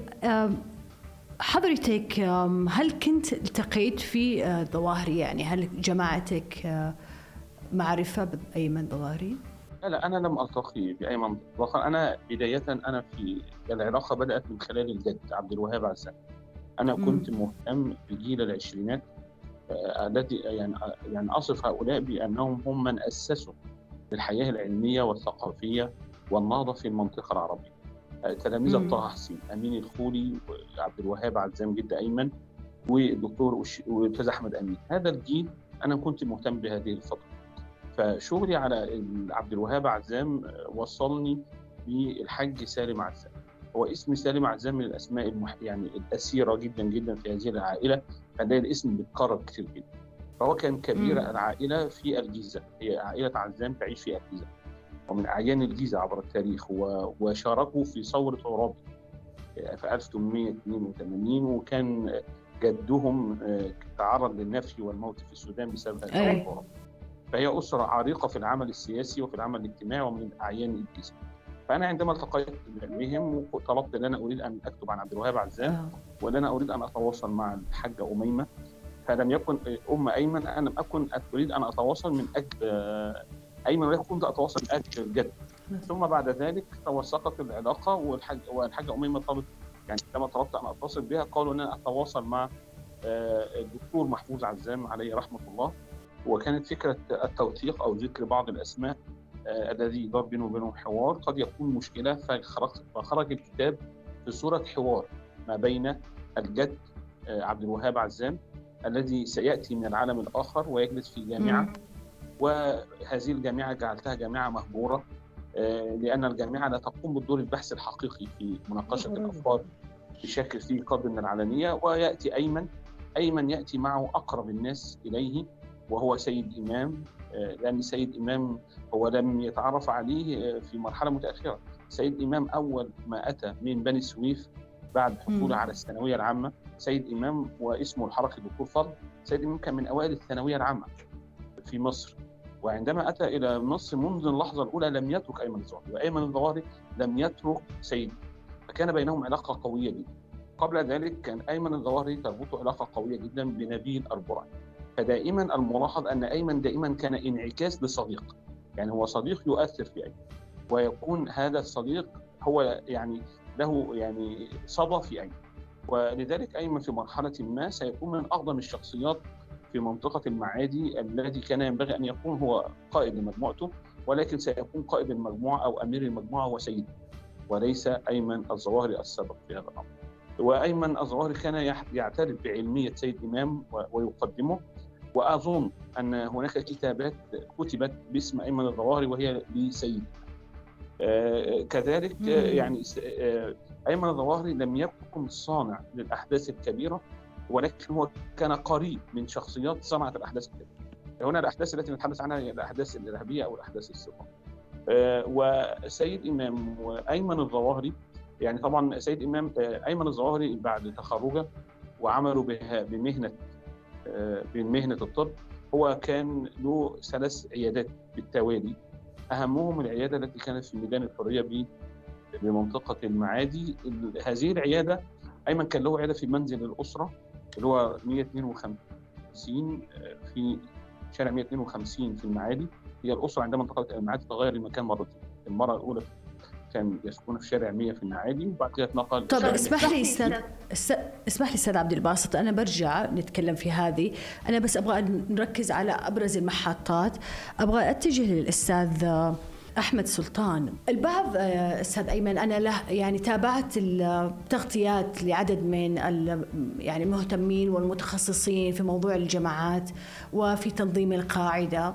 S8: حضرتك هل كنت التقيت في الظواهري؟ يعني هل جماعتك معرفة بأيمن الظواهري؟
S4: لا، أنا لم ألتقي بأيمن إطلاقا. أنا بداية في العلاقة بدأت من خلال الجد عبد الوهاب عزام. أنا كنت مهتم بجيل العشرينات التي يعني أصف هؤلاء بأنهم هم من أسسوا الحياة العلمية والثقافية والنهضة في المنطقة العربية. تلاميذ طه حسين، أمين الخولي، وعبد الوهاب عزام جد أيمن، والدكتور والأستاذ أحمد أمين. هذا الجيل أنا كنت مهتم بهذه الفترة. فشغلي على عبد الوهاب عزام وصلني بالحج سالم عزام. هو اسم سالم عزام من الأسماء يعني الأسيرة جدا جدا في هذه العائلة، فده الاسم بيتكرر كتير جدا. فهو كان كبير العائلة في الجيزة، هي عائلة عزام تعيش في الجيزة، ومن أعيان الجيزة عبر التاريخ، وشاركوا في ثورة عرابي في 1882، وكان جدهم تعرض للنفي والموت في السودان بسبب ثورة عرابي. فهي أسرة عريقة في العمل السياسي وفي العمل الاجتماعي ومن أعيان الجيزة. فأنا عندما التقيت بهم وطلبت أن أنا أريد أن أكتب عن عبد الوهاب عزام وأن أنا أريد أن أتواصل مع الحاجة أميمة، فلم يكن أيمن، أنا لم أكن أريد أن أتواصل من أجل أيمن، ولكن كنت أتواصل من أجل الجد. ثم بعد ذلك توثقت العلاقة، والحاجة أميمة طلبت، يعني لما طلبت أن أتصل بها قالوا أن أنا أتواصل مع الدكتور محفوظ عزام عليه رحمة الله. وكانت فكرة التوثيق أو ذكر بعض الأسماء الذي دار بينه وبينهم حوار قد يكون مشكلة، فخرج الكتاب في صورة حوار ما بين الجد عبد الوهاب عزام الذي سيأتي من العالم الآخر ويجلس في جامعة، وهذه الجامعة جعلتها جامعة مهجورة لأن الجامعة لا تقوم بالدور البحث الحقيقي في مناقشة الأفكار بشكل فيه قدر من العلنية. ويأتي أيمن يأتي معه أقرب الناس إليه وهو سيد إمام، لأن سيد إمام هو لم يتعرف عليه في مرحلة متأخرة. سيد إمام أول ما أتى من بني سويف بعد حصوله على الثانوية العامة، سيد إمام واسمه الحركي دكتور فضل، سيد إمام كان من أوائل الثانوية العامة في مصر، وعندما أتى إلى مصر منذ اللحظة الأولى لم يترك أيمن الظواهري، وأيمن الظواهري لم يترك سيد، فكان بينهم علاقة قوية جدا. قبل ذلك كان أيمن الظواهري تربطه علاقة قوية جدا بنبيل أربرعي. فدائما الملاحظ أن أيمن دائما كان انعكاس لصديق، يعني هو صديق يؤثر في أيمن، ويكون هذا الصديق هو يعني له يعني صدى في أيمن. ولذلك أيمن في مرحلة ما سيكون من أعظم الشخصيات في منطقة المعادي، الذي كان ينبغي أن يكون هو قائد لمجموعته، ولكن سيكون قائد المجموعة أو أمير المجموعة هو سيد، وليس أيمن الظواهري السابق في هذا الأمر. وأيمن الظواهري كان يعترف بعلمية سيد إمام ويقدمه، وأظن أن هناك كتابات كتبت باسم أيمن الظواهري وهي لسيد. كذلك يعني أيمن الظواهري لم يكن صانع للأحداث الكبيرة، ولكن هو كان قريب من شخصيات صنعت الأحداث الكبيرة. هنا الأحداث التي نتحدث عنها هي الأحداث الإرهابية أو الأحداث الصغيرة. وسيد إمام وأيمن الظواهري، يعني طبعا سيد إمام أيمن الظواهري بعد تخرجه وعمله بمهنة الطب، هو كان له 3 عيادات بالتوالي، أهمهم العيادة التي كانت في ميدان الحرية بمنطقة المعادي. هذه العيادة أيمن كان له عيادة في منزل الأسرة اللي هو 152 في شارع 152 في المعادي. هي الأسرة عندما انتقلت إلى المعادي تغير المكان مرتين، المرة الأولى كان يسكن في شارع 100 في المعادي، وبعد كده اتنقل.
S8: طب اسمح لي استاذ عبد الباسط، انا برجع نتكلم في هذه، انا بس ابغى نركز على ابرز المحطات. ابغى اتجه للاستاذ احمد سلطان. البعض استاذ ايمن، انا يعني تابعت التغطيات لعدد من يعني المهتمين والمتخصصين في موضوع الجماعات وفي تنظيم القاعدة،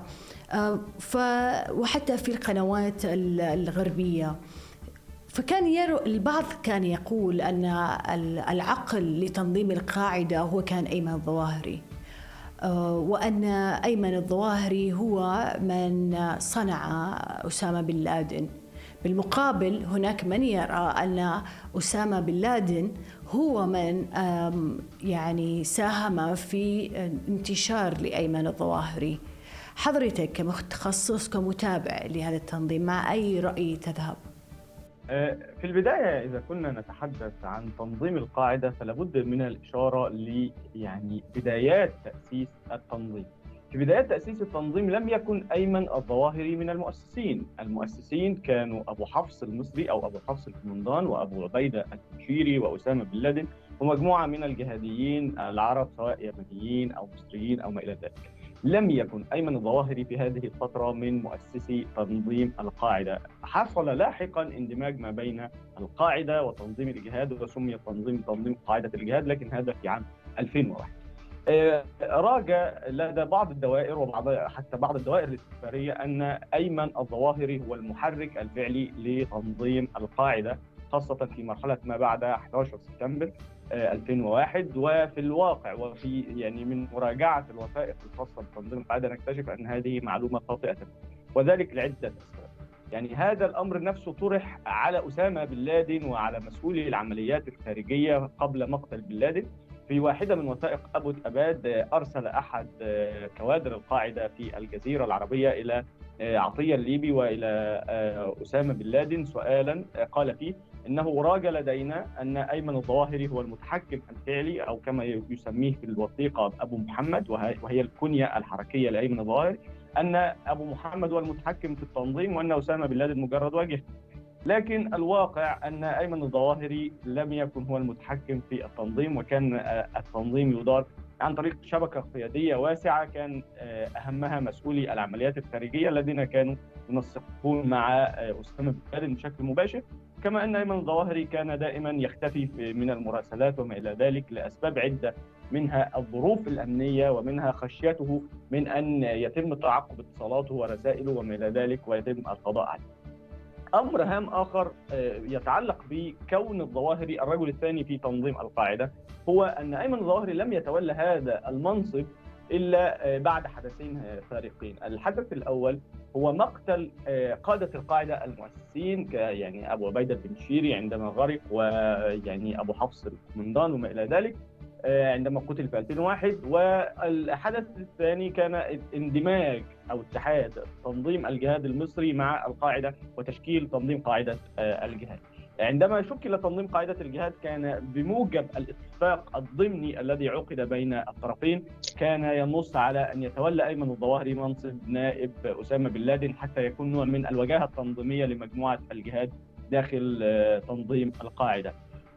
S8: وحتى في القنوات الغربية. فكان البعض كان يقول أن العقل لتنظيم القاعدة هو كان أيمن الظواهري، وأن أيمن الظواهري هو من صنع أسامة بن لادن. بالمقابل هناك من يرى أن أسامة بن لادن هو من يعني ساهم في انتشار لأيمن الظواهري. حضرتك كمتخصص كمتابع لهذا التنظيم مع أي رأي تذهب؟
S5: في البداية إذا كنا نتحدث عن تنظيم القاعدة فلابد من الإشارة يعني بدايات تأسيس التنظيم. في بدايات تأسيس التنظيم لم يكن أيمن الظواهري من المؤسسين. المؤسسين كانوا أبو حفص المصري أو أبو حفص الكومندان وأبو عبيدة البشيري وأسامة بن لادن ومجموعة من الجهاديين العرب سواء يمنيين أو مصريين أو ما إلى ذلك. لم يكن أيمن الظواهري في هذه الفترة من مؤسسي تنظيم القاعدة. حصل لاحقا اندماج ما بين القاعدة وتنظيم الجهاد وسمي تنظيم قاعدة الجهاد، لكن هذا في عام 2001. راجع لدى بعض الدوائر حتى بعض الدوائر الاستخبارية أن أيمن الظواهري هو المحرك الفعلي لتنظيم القاعدة، خاصة في مرحلة ما بعد 11 سبتمبر 2001. وفي الواقع وفي يعني من مراجعة الوثائق الخاصة بتنظيم القاعدة نكتشف أن هذه معلومة خاطئة، وذلك لعدة أسباب. يعني هذا الأمر نفسه طرح على أسامة بن لادن وعلى مسؤولي العمليات الخارجية قبل مقتل بن لادن. في واحدة من وثائق أبو أباد أرسل أحد كوادر القاعدة في الجزيرة العربية إلى عطية الليبي وإلى أسامة بن لادن سؤالا قال فيه إنه راج لدينا أن أيمن الظواهري هو المتحكم الفعلي، أو كما يسميه في الوثيقة أبو محمد، وهي الكنية الحركية لأيمن الظواهري، أن أبو محمد هو المتحكم في التنظيم وأن أسامة بن لادن مجرد واجهة. لكن الواقع أن أيمن الظواهري لم يكن هو المتحكم في التنظيم، وكان التنظيم يدار عن طريق شبكة قيادية واسعة كان أهمها مسؤولي العمليات الخارجية الذين كانوا ينسقون مع أسامة بن لادن بشكل مباشر. كما أن أيمن الظواهري كان دائما يختفي من المراسلات وما إلى ذلك لأسباب عدة، منها الظروف الأمنية ومنها خشيته من أن يتم تعقب اتصالاته ورسائله وما إلى ذلك ويتم القضاء عليه. أمر هام آخر يتعلق بكون الظواهري الرجل الثاني في تنظيم القاعدة هو أن أيمن الظواهري لم يتولى هذا المنصب إلا بعد حدثين فارقين. الحدث الأول هو مقتل قادة القاعدة المؤسسين يعني أبو عبيدة البنشيري عندما غرق، ويعني أبو حفص القمندان وما إلى ذلك عندما قتل في 2001. والحدث الثاني كان اندماج أو اتحاد تنظيم الجهاد المصري مع القاعدة وتشكيل تنظيم قاعدة الجهاد. عندما شكل تنظيم قاعدة الجهاد كان بموجب الاتفاق الضمني الذي عقد بين الطرفين كان ينص على أن يتولى أيمن الظواهري منصب نائب أسامة بن لادن حتى يكون نوع من الواجهة التنظيمية لمجموعة الجهاد داخل تنظيم القاعدة.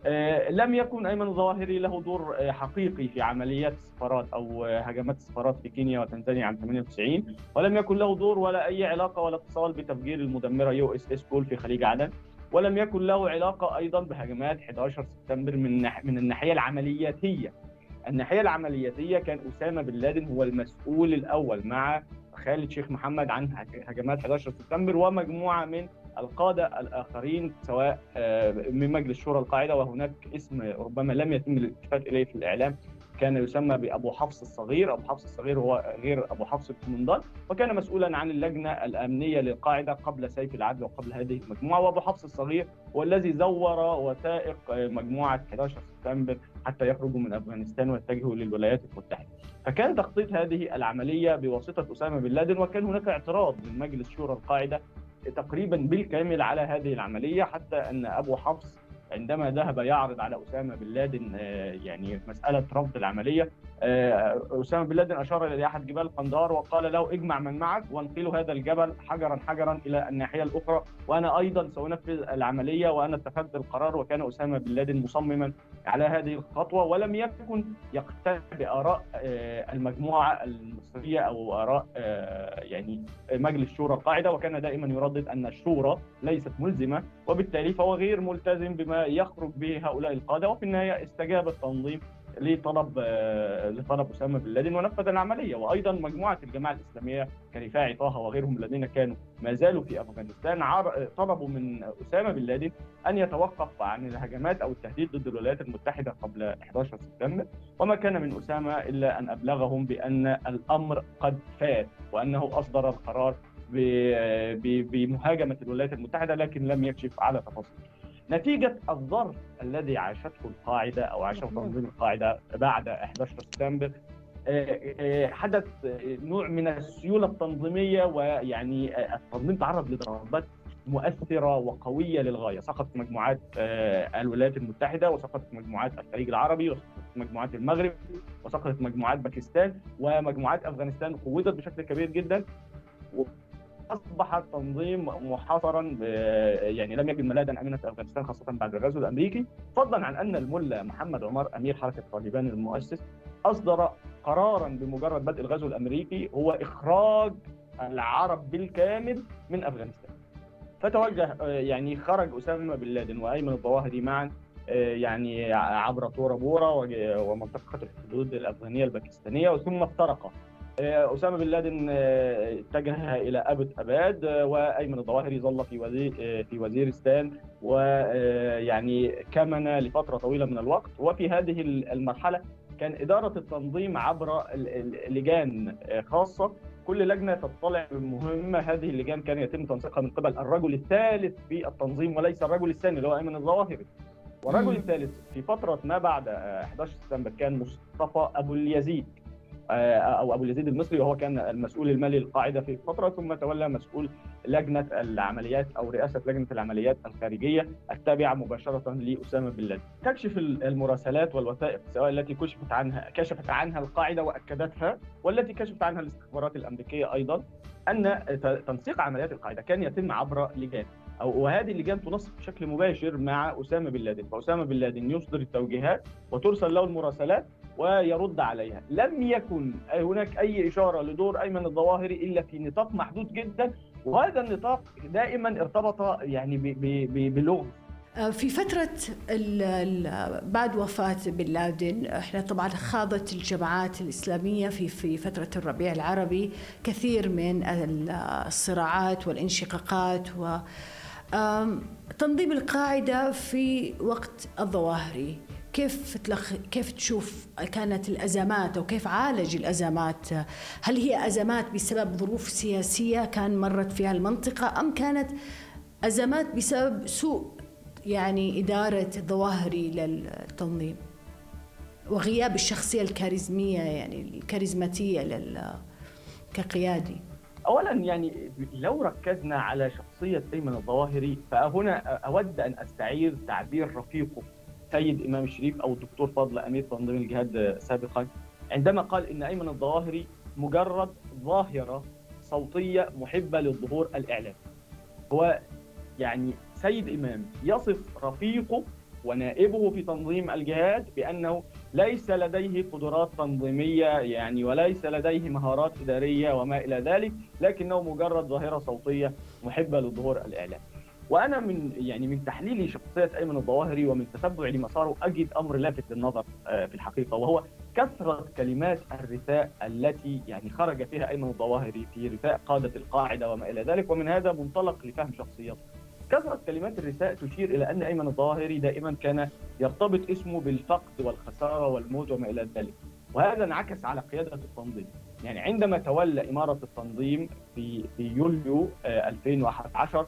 S5: لم يكن أيمن الظواهري له دور حقيقي في عمليات السفارات أو هجمات السفارات في كينيا وتنزانيا عام 98، ولم يكن له دور ولا أي علاقة ولا اتصال بتفجير المدمرة USS كول في خليج عدن، ولم يكن له علاقة أيضا بهجمات 11 سبتمبر من الناحية العملياتية. الناحية العملياتية كان أسامة بن لادن هو المسؤول الأول مع خالد شيخ محمد عن هجمات 11 سبتمبر ومجموعة من القادة الآخرين سواء من مجلس شورى القاعدة، وهناك اسم ربما لم يتم الاتفاق إليه في الإعلام كان يسمى بأبو حفص الصغير. أبو حفص الصغير هو غير أبو حفص القمندان، وكان مسؤولا عن اللجنة الأمنية للقاعدة قبل سيف العدل وقبل هذه المجموعة. وأبو حفص الصغير هو الذي زور وثائق مجموعة 11 سبتمبر حتى يخرجوا من أفغانستان ويتجهوا للولايات المتحدة. فكان تخطيط هذه العملية بواسطة أسامة بن لادن، وكان هناك اعتراض من مجلس شورى القاعدة تقريبا بالكامل على هذه العملية، حتى أن أبو حفص عندما ذهب يعرض على أسامة بن لادن يعني مسألة رفض العملية، أسامة بن لادن أشار إلى أحد جبال قندهار وقال له اجمع من معك وانقلوا هذا الجبل حجرا حجرا إلى الناحية الأخرى وأنا أيضا سأنفذ العملية وأنا اتخذت القرار. وكان أسامة بن لادن مصمما على هذه الخطوة ولم يكن يقتنع بآراء المجموعة المصرية أو آراء يعني مجلس شورى القاعدة، وكان دائما يردد أن الشورى ليست ملزمة وبالتالي فهو غير ملتزم بما يخرج به هؤلاء القادة. وفي النهاية استجاب التنظيم لطلب أسامة بن لادن ونفذ العملية. وأيضا مجموعة الجماعة الإسلامية كرفاعي طه وغيرهم الذين كانوا ما زالوا في أفغانستان طلبوا من أسامة بن لادن أن يتوقف عن الهجمات أو التهديد ضد الولايات المتحدة قبل 11 سبتمبر، وما كان من أسامة إلا أن أبلغهم بأن الأمر قد فات وأنه أصدر القرار بمهاجمة الولايات المتحدة، لكن لم يكشف على تفاصيل. نتيجة الظرف الذي عاشته القاعدة أو عاشه تنظيم القاعدة بعد 11 سبتمبر حدث نوع من السيولة التنظيمية، ويعني التنظيم تعرض لضربات مؤثرة وقوية للغاية. سقطت مجموعات الولايات المتحدة، وسقطت مجموعات الخليج العربي، وسقطت مجموعات المغرب، وسقطت مجموعات باكستان، ومجموعات أفغانستان قوضت بشكل كبير جدا. أصبح التنظيم محاصرا يعني لم يجد ملاذا أمنا في أفغانستان خاصة بعد الغزو الأمريكي، فضلا عن أن الملا محمد عمر أمير حركة طالبان المؤسس أصدر قرارا بمجرد بدء الغزو الأمريكي هو إخراج العرب بالكامل من أفغانستان. فتوجه يعني خرج أسامة بن لادن وأيمن الظواهري معا يعني عبر تورا بورا ومنطقة الحدود الأفغانية الباكستانية، ثم افترقا. أسامة بن لادن اتجه إلى أبد أباد، وأيمن الظواهري ظل في وزيرستان، ويعني كمن لفترة طويلة من الوقت. وفي هذه المرحلة كان إدارة التنظيم عبر لجان خاصة، كل لجنة تطلع بمهمة. هذه اللجان كان يتم تنسيقها من قبل الرجل الثالث في التنظيم وليس الرجل الثاني اللي هو أيمن الظواهري. والرجل الثالث في فترة ما بعد 11 سبتمبر كان مصطفى أبو اليزيد أو أبو اليزيد المصري، وهو كان المسؤول المالي للقاعدة في فترة، ثم تولى مسؤول لجنة العمليات أو رئاسة لجنة العمليات الخارجية التابعة مباشرة لأسامة بن لادن. تكشف المراسلات والوثائق سواء التي كشفت عنها القاعدة وأكدتها، والتي كشفت عنها الاستخبارات الأمريكية أيضا، أن تنسيق عمليات القاعدة كان يتم عبر لجان، وهذه اللجان تنسق بشكل مباشر مع أسامة بن لادن، فأسامة بن لادن يصدر التوجيهات وترسل له المراسلات ويرد عليها. لم يكن هناك أي إشارة لدور أيمن الظواهري إلا في نطاق محدود جدا، وهذا النطاق دائما ارتبط يعني بلغز.
S8: في فترة بعد وفاة بن لادن، احنا طبعا خاضت الجماعات الإسلامية في فترة الربيع العربي كثير من الصراعات والانشقاقات، وتنظيم القاعدة في وقت الظواهري كيف تشوف كانت الأزمات أو كيف عالج الأزمات؟ هل هي أزمات بسبب ظروف سياسية كان مرت فيها المنطقة، أم كانت أزمات بسبب سوء يعني إدارة الظواهري للتنظيم وغياب الشخصية الكاريزمية يعني الكاريزماتية كقيادي؟
S5: أولا يعني لو ركزنا على شخصية أيمن الظواهري، فهنا أود أن أستعير تعبير رفيقه سيد إمام الشريف أو الدكتور فضل أمير تنظيم الجهاد سابقا، عندما قال إن أيمن الظواهري مجرد ظاهرة صوتية محبة للظهور الإعلامي. هو يعني سيد إمام يصف رفيقه ونائبه في تنظيم الجهاد بأنه ليس لديه قدرات تنظيمية يعني وليس لديه مهارات إدارية وما إلى ذلك، لكنه مجرد ظاهرة صوتية محبة للظهور الإعلامي. وأنا من تحليلي شخصية أيمن الظواهري ومن تتبع لمساره أجد أمر لافت للنظر في الحقيقة، وهو كثرة كلمات الرثاء التي يعني خرج فيها أيمن الظواهري في رثاء قادة القاعدة وما إلى ذلك، ومن هذا منطلق لفهم شخصيته. كثرة كلمات الرثاء تشير إلى أن أيمن الظواهري دائما كان يرتبط اسمه بالفقد والخسارة والموت وما إلى ذلك، وهذا انعكس على قيادة التنظيم. يعني عندما تولى إمارة التنظيم في يوليو 2011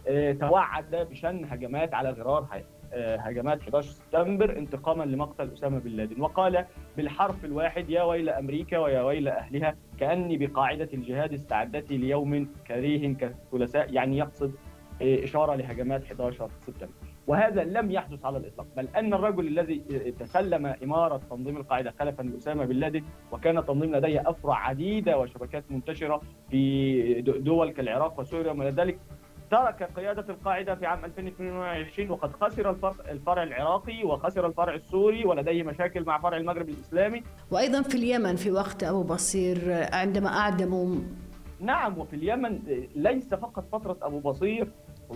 S5: توعد بشن هجمات على غرار هجمات 11 سبتمبر انتقاما لمقتل أسامة بن لادن، وقال بالحرف الواحد: يا ويل أمريكا ويا ويل أهلها، كأني بقاعدة الجهاد استعدت ليوم كريه كالثلاثاء، يعني يقصد إشارة لهجمات 11 سبتمبر. وهذا لم يحدث على الإطلاق، بل أن الرجل الذي تسلم إمارة تنظيم القاعدة خلفا لأسامة بن لادن، وكان التنظيم لديه أفرع عديدة وشبكات منتشرة في دول كالعراق وسوريا وما إلى ذلك، ترك قيادة القاعدة في عام 2022 وقد خسر الفرع العراقي وخسر الفرع السوري، ولديه مشاكل مع فرع المغرب الإسلامي،
S8: وأيضا في اليمن في وقت أبو بصير عندما أعدموا.
S5: نعم، وفي اليمن ليس فقط فترة أبو بصير،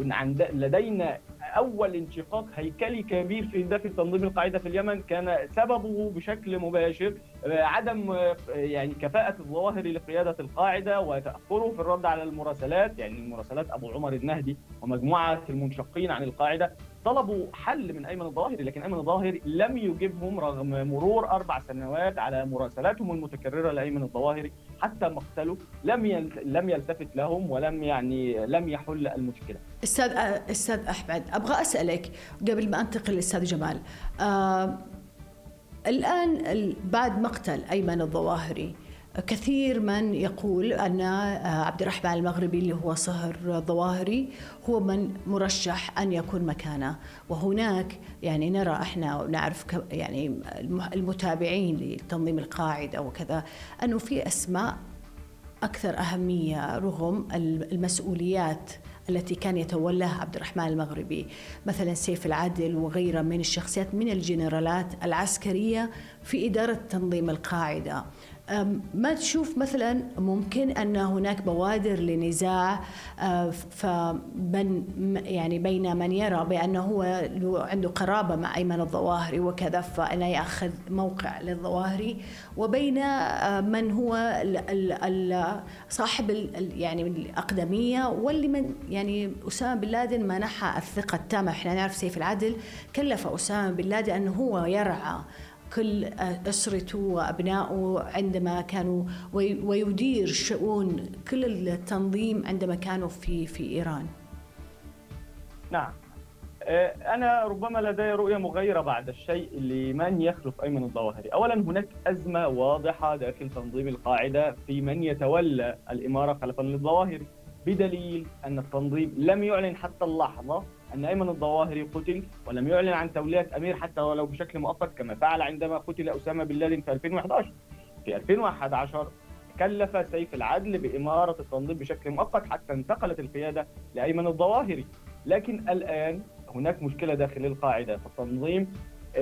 S5: لدينا أول انشقاق هيكلي كبير في داخل تنظيم القاعدة في اليمن كان سببه بشكل مباشر عدم يعني كفاءة الظواهري لقيادة القاعدة وتأخره في الرد على المراسلات. يعني مراسلات أبو عمر النهدي ومجموعة المنشقين عن القاعدة طلبوا حل من أيمن الظواهري، لكن أيمن الظواهري لم يجبهم رغم مرور 4 سنوات على مراسلاتهم المتكررة لأيمن الظواهري حتى مقتله. لم يلتفت لهم ولم لم يحل المشكلة.
S8: أستاذ أحمد، أبغى أسألك قبل ما أنتقل للأستاذ جمال، الآن بعد مقتل أيمن الظواهري كثير من يقول أن عبد الرحمن المغربي اللي هو صهر الظواهري هو من مرشح أن يكون مكانه، وهناك يعني نرى إحنا ونعرف يعني المتابعين لتنظيم القاعدة وكذا أنه في أسماء أكثر أهمية رغم المسؤوليات التي كان يتولاها عبد الرحمن المغربي، مثلا سيف العدل وغيرها من الشخصيات من الجنرالات العسكرية في إدارة تنظيم القاعدة. ما تشوف مثلا ممكن أن هناك بوادر لنزاع يعني بين من يرى بأنه هو عنده قرابة مع أيمن الظواهري وكذا فأنا يأخذ موقع للظواهري، وبين من هو صاحب يعني الأقدمية واللي من يعني أسامة بن لادن منحها الثقة التامة. إحنا نعرف سيف العدل كلف أسامة بن لادن أنه هو يرعى كل أسرته وأبنائه عندما كانوا ويدير شؤون كل التنظيم عندما كانوا في إيران.
S5: نعم، أنا ربما لدي رؤية مغايرة بعد الشيء لمن يخلف أيمن الظواهري. أولا هناك أزمة واضحة داخل تنظيم القاعدة في من يتولى الإمارة خلفا للظواهري، بدليل أن التنظيم لم يعلن حتى اللحظة أن أيمن الظواهري قتل، ولم يعلن عن تولية أمير حتى ولو بشكل مؤقت كما فعل عندما قتل أسامة بن لادن في 2011. في 2011 كلف سيف العدل بإمارة التنظيم بشكل مؤقت حتى انتقلت القيادة لأيمن الظواهري. لكن الآن هناك مشكلة داخل القاعدة، فالتنظيم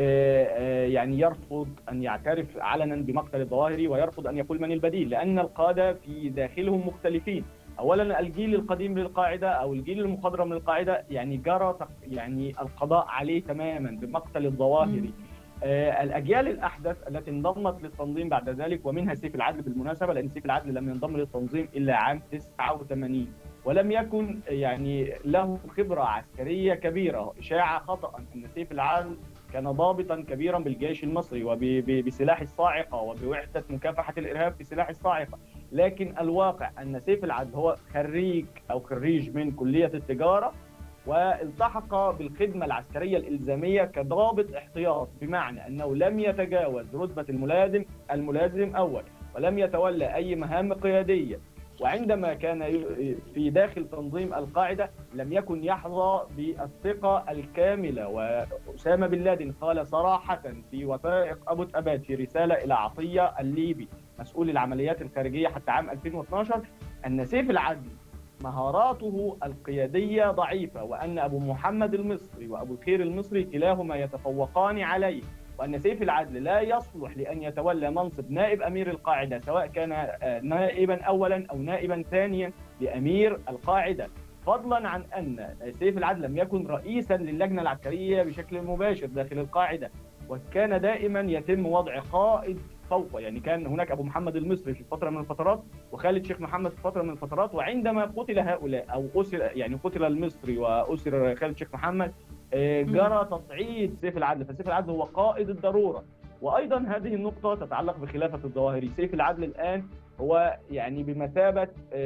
S5: يعني يرفض أن يعترف علنا بمقتل الظواهري ويرفض أن يقول من البديل، لأن القادة في داخلهم مختلفين. أولا الجيل القديم للقاعدة أو الجيل المخضرم للقاعدة يعني جرى يعني القضاء عليه تماما بمقتل الظواهري. الأجيال الأحدث التي انضمت للتنظيم بعد ذلك، ومنها سيف العدل بالمناسبة، لأن سيف العدل لم ينضم للتنظيم إلا عام 89 ولم يكن يعني له خبرة عسكرية كبيرة. إشاعة خطأ أن سيف العدل كان ضابطا كبيرا بالجيش المصري وبسلاح الصاعقة وبوحدة مكافحة الإرهاب في سلاح الصاعقة، لكن الواقع أن سيف العدل هو خريج من كلية التجارة والتحق بالخدمة العسكرية الإلزامية كضابط احتياط، بمعنى أنه لم يتجاوز رتبة الملازم أول ولم يتولى أي مهام قيادية. وعندما كان في داخل تنظيم القاعدة لم يكن يحظى بالثقة الكاملة. وأسامة بن لادن قال صراحة في وثائق أبو تأباد في رسالة إلى عطية الليبي مسؤول العمليات الخارجية حتى عام 2012 أن سيف العدل مهاراته القيادية ضعيفة، وأن أبو محمد المصري وأبو الخير المصري كلاهما يتفوقان عليه، وأن سيف العدل لا يصلح لأن يتولى منصب نائب أمير القاعدة سواء كان نائبا أولا أو نائبا ثانيا لأمير القاعدة، فضلا عن أن سيف العدل لم يكن رئيسا للجنة العسكرية بشكل مباشر داخل القاعدة، وكان دائما يتم وضع قائد فوقه. يعني كان هناك أبو محمد المصري في فترة من الفترات وخالد شيخ محمد في فترة من الفترات، وعندما قتل هؤلاء أو قتل المصري وأسر خالد شيخ محمد جرى تصعيد سيف العدل، فسيف العدل هو قائد الضرورة. وأيضا هذه النقطة تتعلق بخلافة الظواهري. سيف العدل الآن هو يعني بمثابة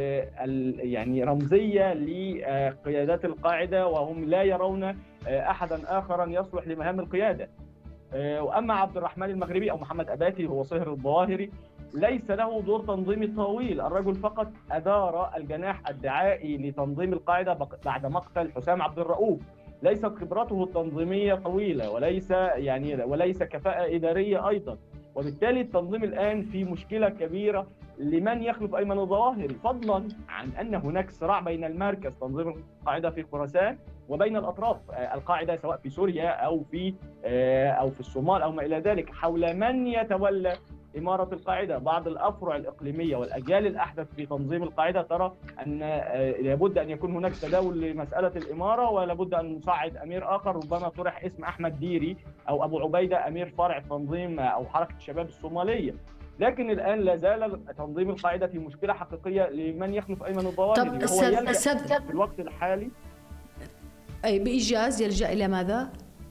S5: يعني رمزية لقيادات القاعدة، وهم لا يرون أحدا آخرا يصلح لمهام القيادة. وأما عبد الرحمن المغربي أو محمد أباتي هو صهر الظواهري ليس له دور تنظيمي طويل، الرجل فقط أدار الجناح الدعائي لتنظيم القاعدة بعد مقتل حسام عبد الرؤوف. ليست خبرته التنظيمية طويلة وليس كفاءة إدارية أيضا، وبالتالي التنظيم الآن في مشكلة كبيرة لمن يخلف أيمن الظواهري، فضلا عن أن هناك صراع بين المركز تنظيم القاعدة في خراسان وبين الأطراف القاعدة سواء في سوريا أو في الصومال أو ما إلى ذلك حول من يتولى إمارة القاعدة. بعض الأفرع الإقليمية والأجيال الأحدث في تنظيم القاعدة ترى أن لابد أن يكون هناك تداول لمسألة الإمارة، ولابد أن نصعد أمير آخر، ربما طرح اسم أحمد ديري أو أبو عبيدة أمير فرع تنظيم أو حركة الشباب الصومالية. لكن الآن لا زال تنظيم القاعدة في مشكلة حقيقية لمن يخلف أيمن الظواهري، وهو يلجأ في الوقت الحالي
S8: بإيجاز يلجأ إلى ماذا؟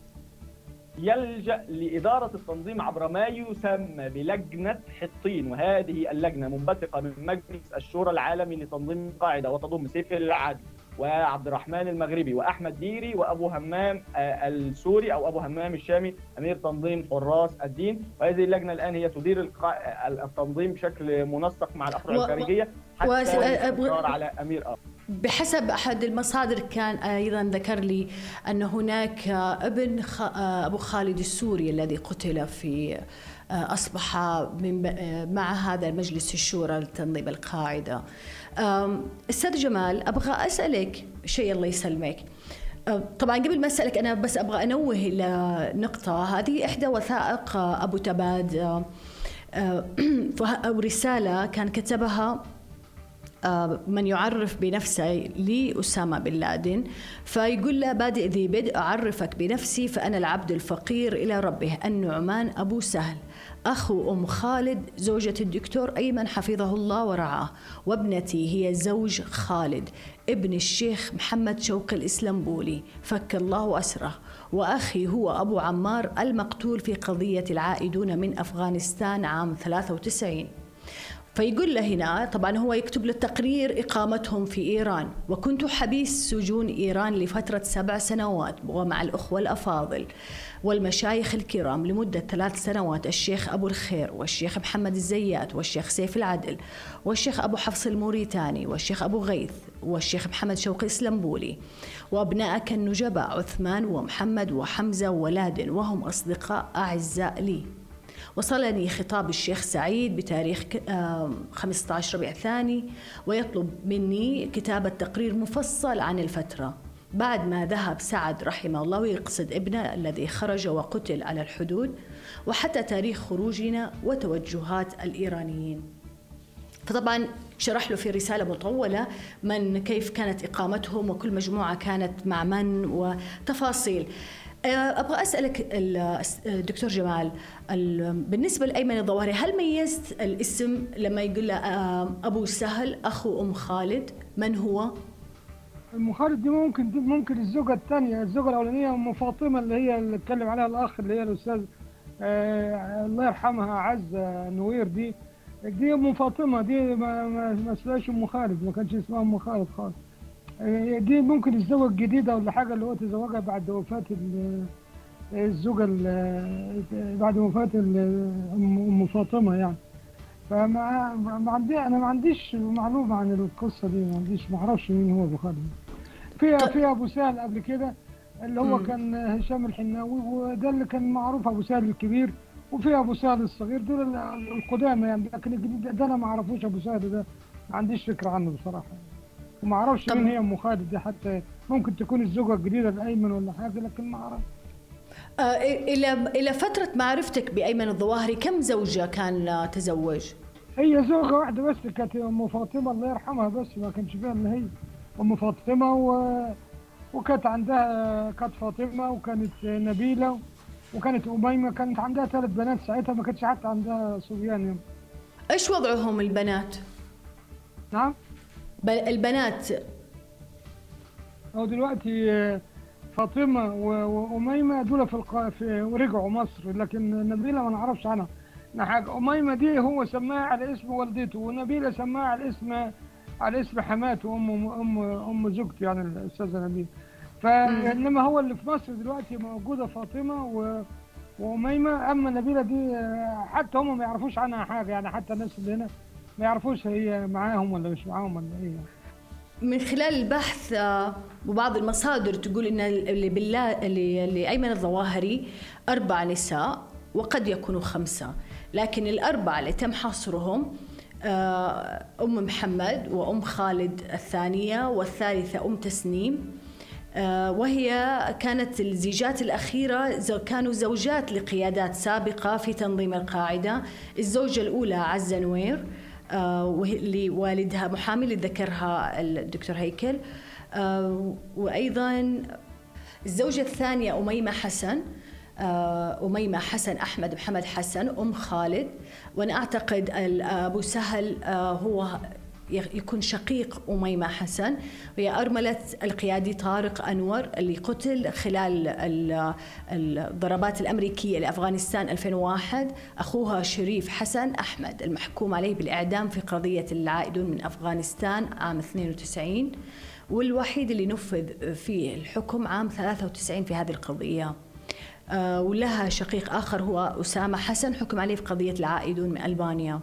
S5: يلجأ لإدارة التنظيم عبر ما يسمى بلجنة حطين، وهذه اللجنة منبثقة من مجلس الشورى العالمي لتنظيم القاعدة وتضم سيف العدل وعبد الرحمن المغربي وأحمد ديري وأبو همام السوري أو أبو همام الشامي أمير تنظيم حراس الدين. وهذه اللجنة الآن هي تدير التنظيم بشكل منسق مع الأفرع الخارجية حتى يختار على أمير آخر.
S8: بحسب أحد المصادر كان أيضا ذكر لي أن هناك ابن أبو خالد السوري الذي قتل في أصبح مع هذا المجلس الشورى لتنظيم القاعدة. أستاذ جمال، أبغى أسألك شيء الله يسلمك. طبعا قبل ما أسألك أنا بس أبغى أنوه إلى نقطة، هذه إحدى وثائق أبو تباد أو رسالة كان كتبها من يعرف بنفسه لأسامة بن لادن، فيقول له: بادئ ذي بدء أعرفك بنفسي، فأنا العبد الفقير إلى ربه النعمان أبو سهل، أخو أم خالد زوجة الدكتور أيمن حفظه الله ورعاه، وابنتي هي زوج خالد ابن الشيخ محمد شوقي الإسلامبولي فك الله أسره، وأخي هو أبو عمار المقتول في قضية العائدون من أفغانستان عام 93. فيقول له هنا، طبعا هو يكتب له تقرير إقامتهم في إيران: وكنت حبيس سجون إيران لفترة 7 سنوات ومع الأخوة الأفاضل والمشايخ الكرام لمدة 3 سنوات، الشيخ أبو الخير والشيخ محمد الزيات والشيخ سيف العدل والشيخ أبو حفص الموريتاني والشيخ أبو غيث والشيخ محمد شوقي الإسلامبولي، وأبنائك النجباء عثمان ومحمد وحمزة ولادن، وهم أصدقاء أعزاء لي. وصلني خطاب الشيخ سعيد بتاريخ 15 ربيع ثاني، ويطلب مني كتابة تقرير مفصل عن الفترة بعد ما ذهب سعد رحمه الله، ويقصد ابنه الذي خرج وقتل على الحدود، وحتى تاريخ خروجنا وتوجهات الإيرانيين. فطبعا شرح له في رسالة مطولة من كيف كانت إقامتهم وكل مجموعة كانت مع من وتفاصيل. أبغى أسألك الدكتور جمال، بالنسبة لأيمن الظواهري، هل ميزت الاسم لما يقول له أبو سهل أخو أم خالد؟ من هو؟
S2: أم خالد دي ممكن الزوجة الثانية، الزوجة الأولانية أم فاطمة اللي اتكلم عليها الأخ، اللي هي الأستاذ الله يرحمها عزة نوير. دي أم فاطمة، دي ما اسمهاش أم خالد، ما كانش اسمها أم خالد خالص. دي ممكن الزوجة الجديدة ولا حاجة اللي هو تزوجها بعد وفاة الزوجة بعد وفاة أم فاطمة يعني. أنا ما عنديش معلومة عن القصة دي، ما أعرفش مين هو أبو خالد. في أبو سهل قبل كده اللي هو كان هشام الحناوي، وده اللي كان معروف أبو سهل الكبير، وفي أبو سهل الصغير، دول القدامى يعني. لكن الجديد ده أنا ما أعرفوش، أبو سهل ده ما عنديش فكرة عنه بصراحة، وما أعرفش مين هي أم خالد دي، حتى ممكن تكون الزوجة الجديدة لأيمن ولا حاجة، لكن ما أعرف.
S8: إلى فترة معرفتك بأيمن الظواهري كم زوجة كان تزوج؟
S2: هي زوجة واحدة بس، كانت أم فاطمة الله يرحمها، بس ما كانش فيها إلا هي أم فاطمة، وكانت عندها كانت فاطمة، وكانت نبيلة، وكانت أميمة. كانت عندها 3 بنات ساعتها، ما كانتش حتى عندها صبيان يعني.
S8: إيش وضعهم البنات؟
S2: نعم؟
S8: البنات
S2: هو دلوقتي فاطمة وأميمة دول ورجعوا مصر، لكن نبيلة ما نعرفش عنها حاجة. أميمة دي هو سماها على اسم والدته، ونبيلة سماها على اسم حماته أم زوجته يعني الأستاذة نبيلة. فإنما هو اللي في مصر دلوقتي موجودة فاطمة وأميمة. أما نبيلة دي حتى هم ما يعرفوش عنها حاجة يعني، حتى الناس اللي هنا ما يعرفوش هي معاهم ولا مش معاهم ولا إيه.
S8: من خلال البحث وبعض المصادر تقول إن اللي أيمن الظواهري 4 نساء وقد يكونوا 5، لكن ال4 اللي تم حصرهم أم محمد وأم خالد الثانية، والثالثة أم تسنيم، وهي كانت الزيجات الأخيرة كانوا زوجات لقيادات سابقة في تنظيم القاعدة. الزوجة الأولى عزة نوير، واللي والدها محامي اللي ذكرها الدكتور هيكل، وأيضا الزوجة الثانية أميمة حسن أحمد محمد حسن أم خالد. وأنا أعتقد أبو سهل هو يكون شقيق أميمة حسن، وهي أرملة القيادي طارق أنور اللي قتل خلال الضربات الأمريكية لأفغانستان 2001. أخوها شريف حسن أحمد المحكوم عليه بالإعدام في قضية العائدون من أفغانستان عام 92، والوحيد اللي نفذ فيه الحكم عام 93 في هذه القضية. ولها شقيق آخر هو أسامة حسن حكم عليه في قضية العائدون من ألبانيا.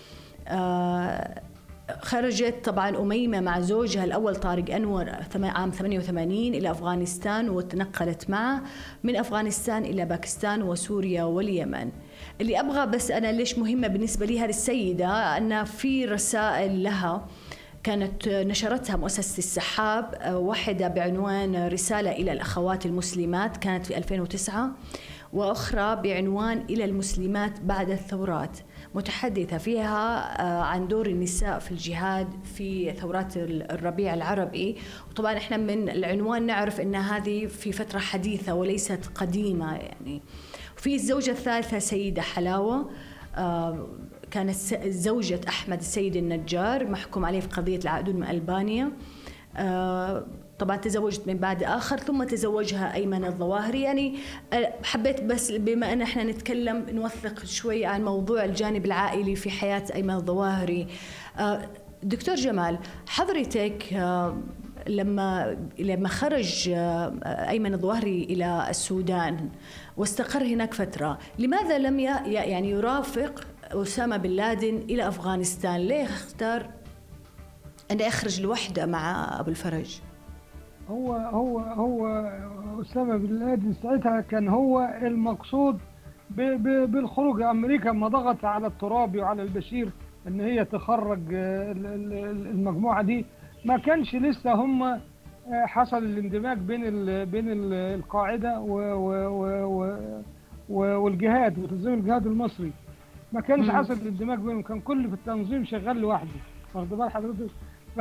S8: خرجت طبعا أميمة مع زوجها الأول طارق أنور عام 88 إلى أفغانستان، وتنقلت معه من أفغانستان إلى باكستان وسوريا واليمن. اللي أبغى بس أنا ليش مهمة بالنسبة لي هذه السيدة، أن في رسائل لها كانت نشرتها مؤسسة السحاب، واحدة بعنوان رسالة إلى الأخوات المسلمات كانت في 2009، وأخرى بعنوان إلى المسلمات بعد الثورات. متحدثة فيها عن دور النساء في الجهاد في ثورات الربيع العربي. وطبعا احنا من العنوان نعرف ان هذه في فترة حديثة وليست قديمة يعني. في الزوجة الثالثة سيدة حلاوة، كانت زوجة أحمد السيد النجار، محكوم عليه في قضية العائدون من ألبانيا. طبعا تزوجت من بعد آخر، ثم تزوجها أيمن الظواهري. يعني حبيت بس بما أن احنا نتكلم نوثق شوي عن موضوع الجانب العائلي في حياة أيمن الظواهري. دكتور جمال، حضرتك لما خرج أيمن الظواهري إلى السودان واستقر هناك فترة، لماذا لم يعني يرافق أسامة بن لادن إلى أفغانستان؟ ليه اختار أن يخرج لوحده مع أبو الفرج؟
S2: هو أسامة بن لادن ساعتها كان هو المقصود بالخروج. أمريكا ما ضغط على الترابي وعلى البشير أن هي تخرج المجموعة دي، ما كانش لسه هم حصل الاندماج بين القاعدة والجهاد وتنظيم الجهاد المصري. ما كانش حصل الاندماج بينهم، كان كل في التنظيم شغال لوحده. واخد بال حضرتك؟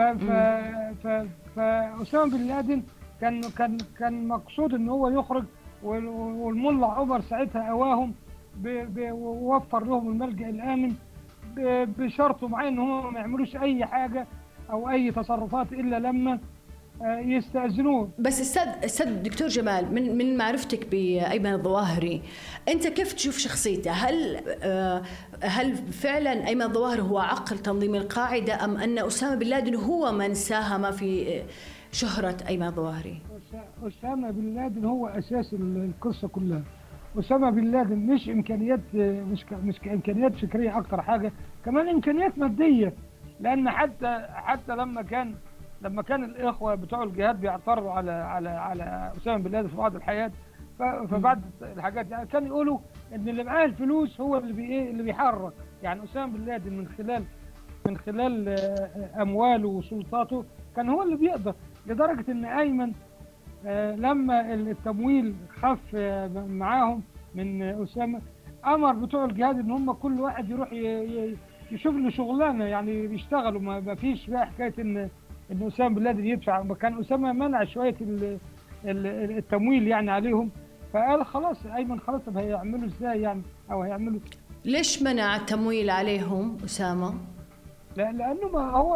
S2: فأسامة بن لادن كان مقصود ان هو يخرج، والملا عمر ساعتها اواهم ووفر لهم الملجأ الآمن بشرط معين ان هم ما يعملوش اي حاجة او اي تصرفات الا لما يستأذنوه.
S8: بس استاذ دكتور جمال، من معرفتك بأيمن الظواهري، انت كيف تشوف شخصيته؟ هل فعلا أيمن الظواهري هو عقل تنظيم القاعدة، ام ان أسامة بن لادن هو من ساهم في شهرة أيمن الظواهري؟
S2: أسامة بن لادن هو اساس القصة كلها. أسامة بن لادن مش امكانيات، مش امكانيات فكرية اكتر حاجة، كمان امكانيات مادية. لان حتى لما كان الاخوه بتوع الجهاد بيعترضوا على اسامه بن لادن في بعض الحاجات، فبعض الحاجات يعني كانوا يقولوا ان اللي معاه الفلوس هو اللي بيحرك. يعني اسامه بن لادن من خلال امواله وسلطاته كان هو اللي بيقدر، لدرجه ان ايمن لما التمويل خف معاهم من اسامه، امر بتوع الجهاد ان هم كل واحد يروح يشوف له شغلانه يعني بيشتغلوا. ما فيش بقى حكايه ان أسامة بن لادن يدفع. كان أسامة منع شوية التمويل يعني عليهم، فقال خلاص أيمن خلاص، طب هيعملوا إزاي يعني، أو هيعملوا.
S8: ليش منع التمويل عليهم أسامة؟
S2: لأنه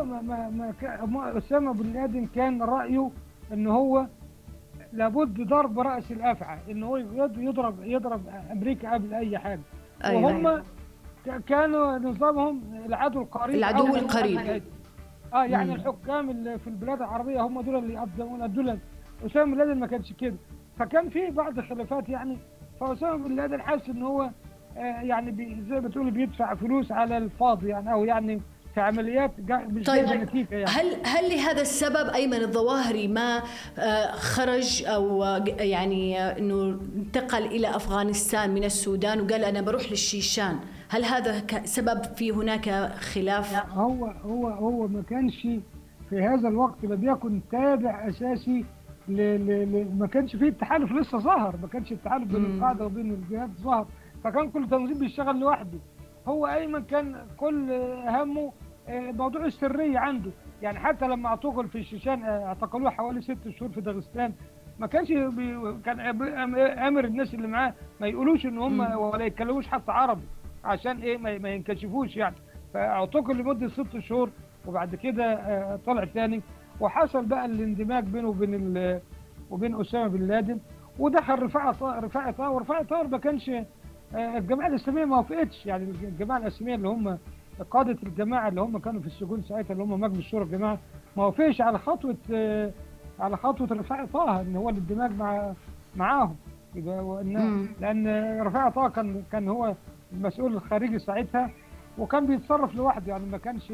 S2: أسامة بن لادن كان رأيه إن هو لابد ضرب رأس الأفعى، إن هو يضرب أمريكا قبل أي حاجة.
S8: أيوة.
S2: وهم كانوا نظامهم العدو القريب. يعني الحكام اللي في البلاد العربية هم دول اللي يقدمون. أسامة بن لادن ما كانش كده، فكان في بعض الخلافات يعني. فأسامة بن لادن حاسس ان هو يعني زي ما بتقول بيدفع فلوس على الفاضي يعني، او يعني في عمليات مش جايبه نتيجه يعني.
S8: هل لهذا السبب أيمن الظواهري ما خرج او يعني انه انتقل الى افغانستان من السودان وقال انا بروح للشيشان؟ هل هذا سبب في هناك خلاف؟
S2: هو ما كانش في هذا الوقت لم يكن تابع اساسي ما كانش فيه التحالف لسه ظهر، ما كانش التحالف بين القاعده وبين الجهاد ظهر، فكان كل تنظيم بيشتغل لوحده. هو ايمن كان كل همه موضوع السريه عنده يعني. حتى لما اعتقل في الشيشان اعتقلوه حوالي 6 شهور في داغستان، ما كانش كان امر الناس اللي معاه ما يقولوش ان هم ولا يتكلموش حتى عربي عشان ايه ما ينكشفوش يعني. فاعتقل لمده 6 شهور وبعد كده طلع تاني، وحصل بقى الاندماج بينه وبين اسامه بن لادن، ودخل رفاعي طاهر. ورفاعي طاهر ما كانش الجماعه الاسلاميه ما وافقتش يعني. الجماعه الاسلاميه اللي هم قاده الجماعه اللي هم كانوا في السجون ساعتها اللي هم مجلس شورى الجماعه ما وافقش على خطوه رفاعي طاهر ان هو الاندماج معاهم. لان رفاعي طاهر كان هو المسؤول الخارجي ساعتها، وكان بيتصرف لوحده يعني. ما كانش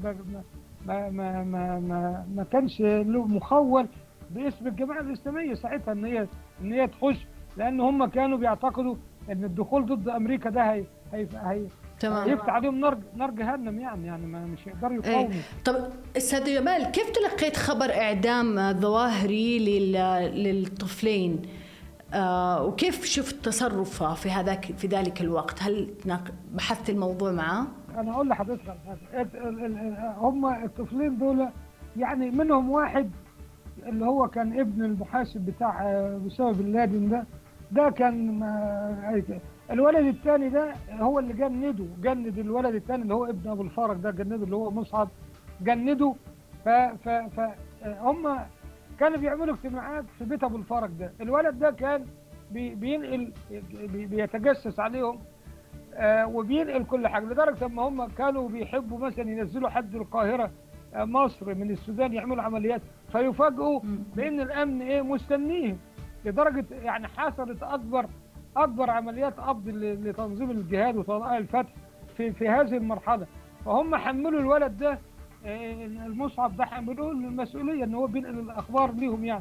S2: ما كانش له مخول باسم الجماعه الاسلاميه ساعتها ان هي تخش، لان هم كانوا بيعتقدوا ان الدخول ضد امريكا ده هيفتح عليهم نار جهنم يعني مش يقدروا يقاوموا.
S8: طب استاذ جمال، كيف تلقيت خبر اعدام الظواهري للطفلين؟ وكيف شفت تصرفه في ذلك الوقت؟ هل بحثت الموضوع معه؟
S2: انا اقول لحضرتك هم الطفلين دول يعني منهم واحد اللي هو كان ابن المحاسب بتاع أسامة بن لادن ده كان الولد الثاني ده هو اللي جند الولد الثاني اللي هو ابن ابو الفرج ده، جنده اللي هو مصعب جنده. هم كانوا بيعملوا اجتماعات في بيت ابو الفرج ده. الولد ده كان بينقل بيتجسس عليهم وبينقل كل حاجه، لدرجه ان هم كانوا بيحبوا مثلا ينزلوا حد القاهره مصر من السودان يعملوا عمليات، فيفاجئوا بان الامن مستنيهم، لدرجه يعني حصلت اكبر عمليات قبض لتنظيم الجهاد وطلائع الفتح في هذه المرحله. فهم حملوا الولد ده المصعب ده حملوه المسؤوليه ان هو بينقل الاخبار ليهم يعني.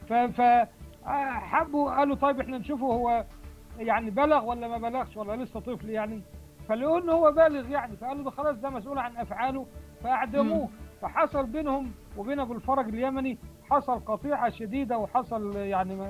S2: فحبوا قالوا طيب احنا نشوفه هو يعني بلغ ولا ما بلغش ولا لسه طفل يعني، فلقوا ان هو بالغ يعني، فقالوا ده خلاص ده مسؤول عن افعاله فاعدموه. فحصل بينهم وبين ابو الفرج اليمني حصل قطيعه شديده، وحصل يعني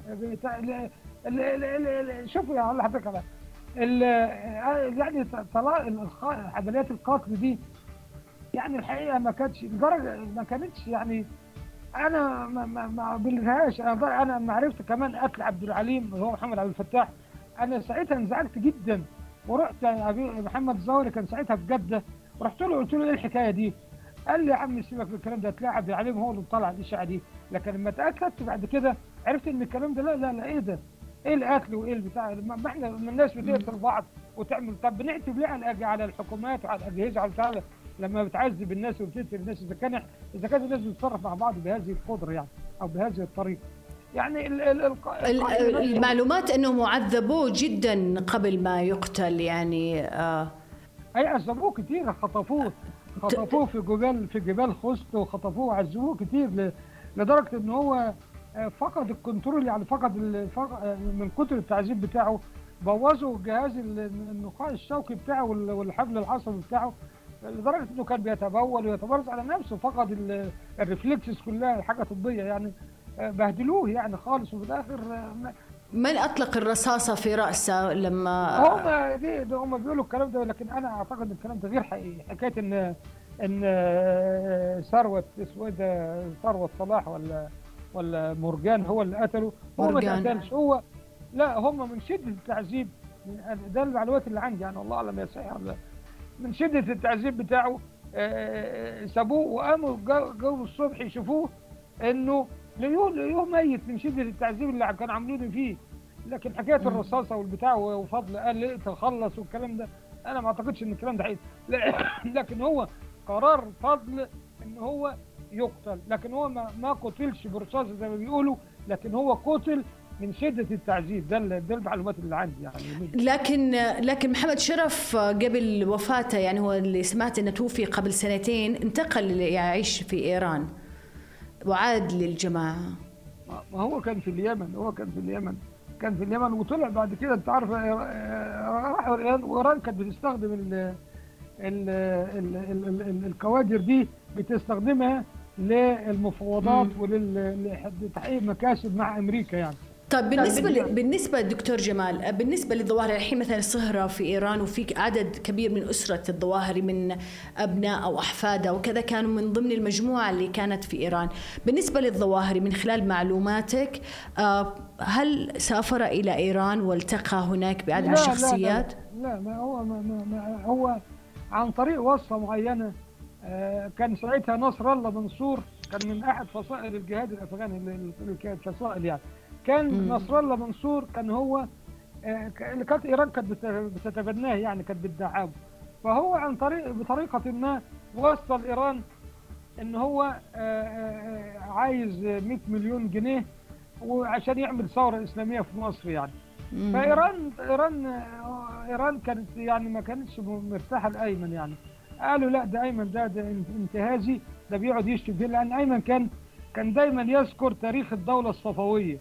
S2: شوفوا يا الله حضرتك يعني عمليات القتل دي يعني الحقيقه ما كانتش يعني انا ما بلغهاش. انا ما عرفت كمان قتل عبد العليم اللي هو محمد عبد الفتاح، انا ساعتها انزعجت جدا، ورحت محمد الزهري كان ساعتها في جده، ورحت له قلت له ايه الحكايه دي؟ قال لي يا عم سيبك من الكلام ده، تلاقي عبد العليم هو اللي مطلع الاشاعه دي. لكن لما اتاكدت بعد كده عرفت ان الكلام ده لا ايه ده؟ ايه القتل وايه البتاع؟ ما احنا الناس بتقتل بعض وتعمل، طب بنعتب ليه على الحكومات وعلى الاجهزه على بتاع لما بتعذب الناس وبتقتل الناس؟ اذا كانت الناس بتتصرف مع بعض بهذه القدره يعني او بهذه الطريقه يعني.
S8: المعلومات انهم عذبوه جدا قبل ما يقتل يعني.
S2: اي عذبوه كتير، خطفوه في جبال خست، وخطفوه وعذبوه كتير لدرجه ان هو فقد الكنترول يعني، فقد من كتر التعذيب بتاعه بوظوا جهاز النقاء الشوكي بتاعه والحبل العصبي بتاعه، لدرجه انه كان بيتبول ويتبرز على نفسه، فقد الريفلكسز كلها، حاجه طبيه يعني، بهدلوه يعني خالص. وفي الاخر
S8: من اطلق الرصاصه في راسه لما
S2: هم بيقولوا الكلام ده، لكن انا اعتقد ان الكلام ده غير حقيقي. حكايه ان ثروت صلاح ولا مرجان هو اللي قتله، هو ما قتلش، هو لا هم من شده التعذيب، ده المعلومات اللي عندي يعني، والله اعلم يا صحيح ولا. من شده التعذيب بتاعه سابوه وقاموا جو الصبح يشوفوه انه لقوه ميت من شده التعذيب اللي كانوا عاملينه فيه. لكن حكايه الرصاصه والبتاع وفضل قال لي تخلص والكلام ده، انا ما اعتقدش ان الكلام ده حقيقي. لكن هو قرار فضل ان هو يقتل، لكن هو ما قتلش برصاصه زي ما بيقولوا، لكن هو قتل من شده التعذيب. ده المعلومات اللي عندي يعني.
S8: لكن محمد شرف قبل وفاته يعني، هو اللي سمعت انه توفي قبل سنتين، انتقل يعيش في ايران وعاد للجماعه.
S2: ما هو كان في اليمن وطلع بعد كده، انت عارف راح ايران كانت بتستخدم الكوادر دي، بتستخدمها للمفاوضات ولتحقيق مكاسب مع امريكا يعني.
S8: طيب بالنسبة دكتور جمال، بالنسبة للظواهر الحين مثلا الصهرة في إيران، وفي عدد كبير من أسرة الظواهري من أبناء أو أحفاده وكذا كانوا من ضمن المجموعة اللي كانت في إيران. بالنسبة للظواهري من خلال معلوماتك، هل سافر إلى إيران والتقى هناك بعدد من الشخصيات؟
S2: لا هو عن طريق وصفة معينة. كان ساعتها نصر الله منصور كان من أحد فصائل الجهاد الأفغاني اللي كانت فصائل يعني. كان نصر الله منصور كان هو اللي كانت ايران كانت بتتبناه يعني، كانت بتدعمه. فهو عن بطريقه ما وصل ايران ان هو عايز 100 مليون جنيه وعشان يعمل ثوره اسلاميه في مصر يعني. فايران كانت يعني ما كانتش مرتاحه لايمن يعني. قالوا لا ده ايمن ده انتهازي، ده بيقعد يشتم فيه، لان ايمن كان دايما يذكر تاريخ الدوله الصفويه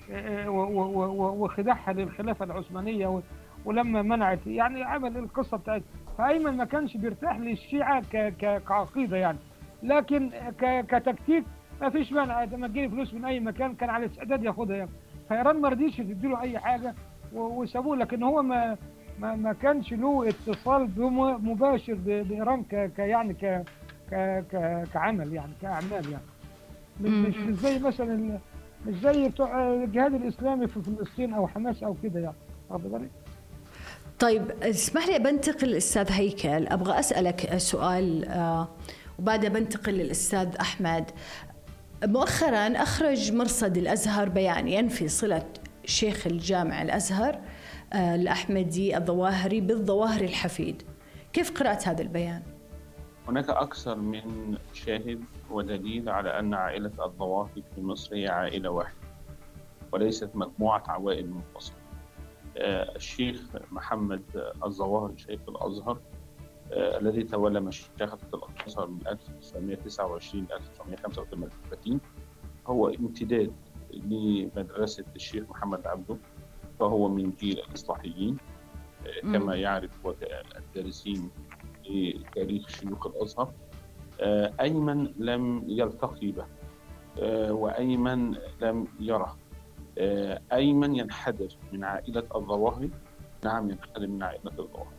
S2: وخداعها للخلافه العثمانيه، ولما منعت يعني عمل القصه بتاعت. فايمن ما كانش بيرتاح للشيعه كعقيده يعني، لكن كتكتيك ما فيش مانع، لما تجيلي فلوس من اي مكان كان على استعداد ياخدها يعني. الطيران ما رضيش تديله اي حاجه وسابوه، لكن هو ما كانش له اتصال مباشر بايران يعني كعمل يعني كاعمال يعني. مش زي مثلا مش زي بتوع الجهاد الاسلامي في فلسطين او حماس او كده يعني. واخد بالك؟
S8: طيب اسمح لي بنتقل للاستاذ هيكل، ابغى اسالك سؤال وبعدها بنتقل للاستاذ احمد. مؤخرا اخرج مرصد الازهر بيان ينفي صله شيخ الجامع الازهر الاحمدي الظواهري بالظواهري الحفيد، كيف قرأت هذا البيان؟
S4: هناك أكثر من شاهد ودليل على أن عائلة الظواهري في مصر هي عائلة واحدة وليست مجموعة عوائل منفصلة. الشيخ محمد الظواهري شيخ الأزهر الذي تولى مشيخة الأزهر من 1929 ل 1935 هو امتداد لمدرسة الشيخ محمد عبده، فهو من جيل الإصلاحيين كما يعرف الدارسين لتاريخ شيوخ الأزهر. أيمن لم يلتقي به وأيمن لم يره. أيمن ينحدر من عائلة الظواهري، نعم ينحدر من عائلة الظواهري.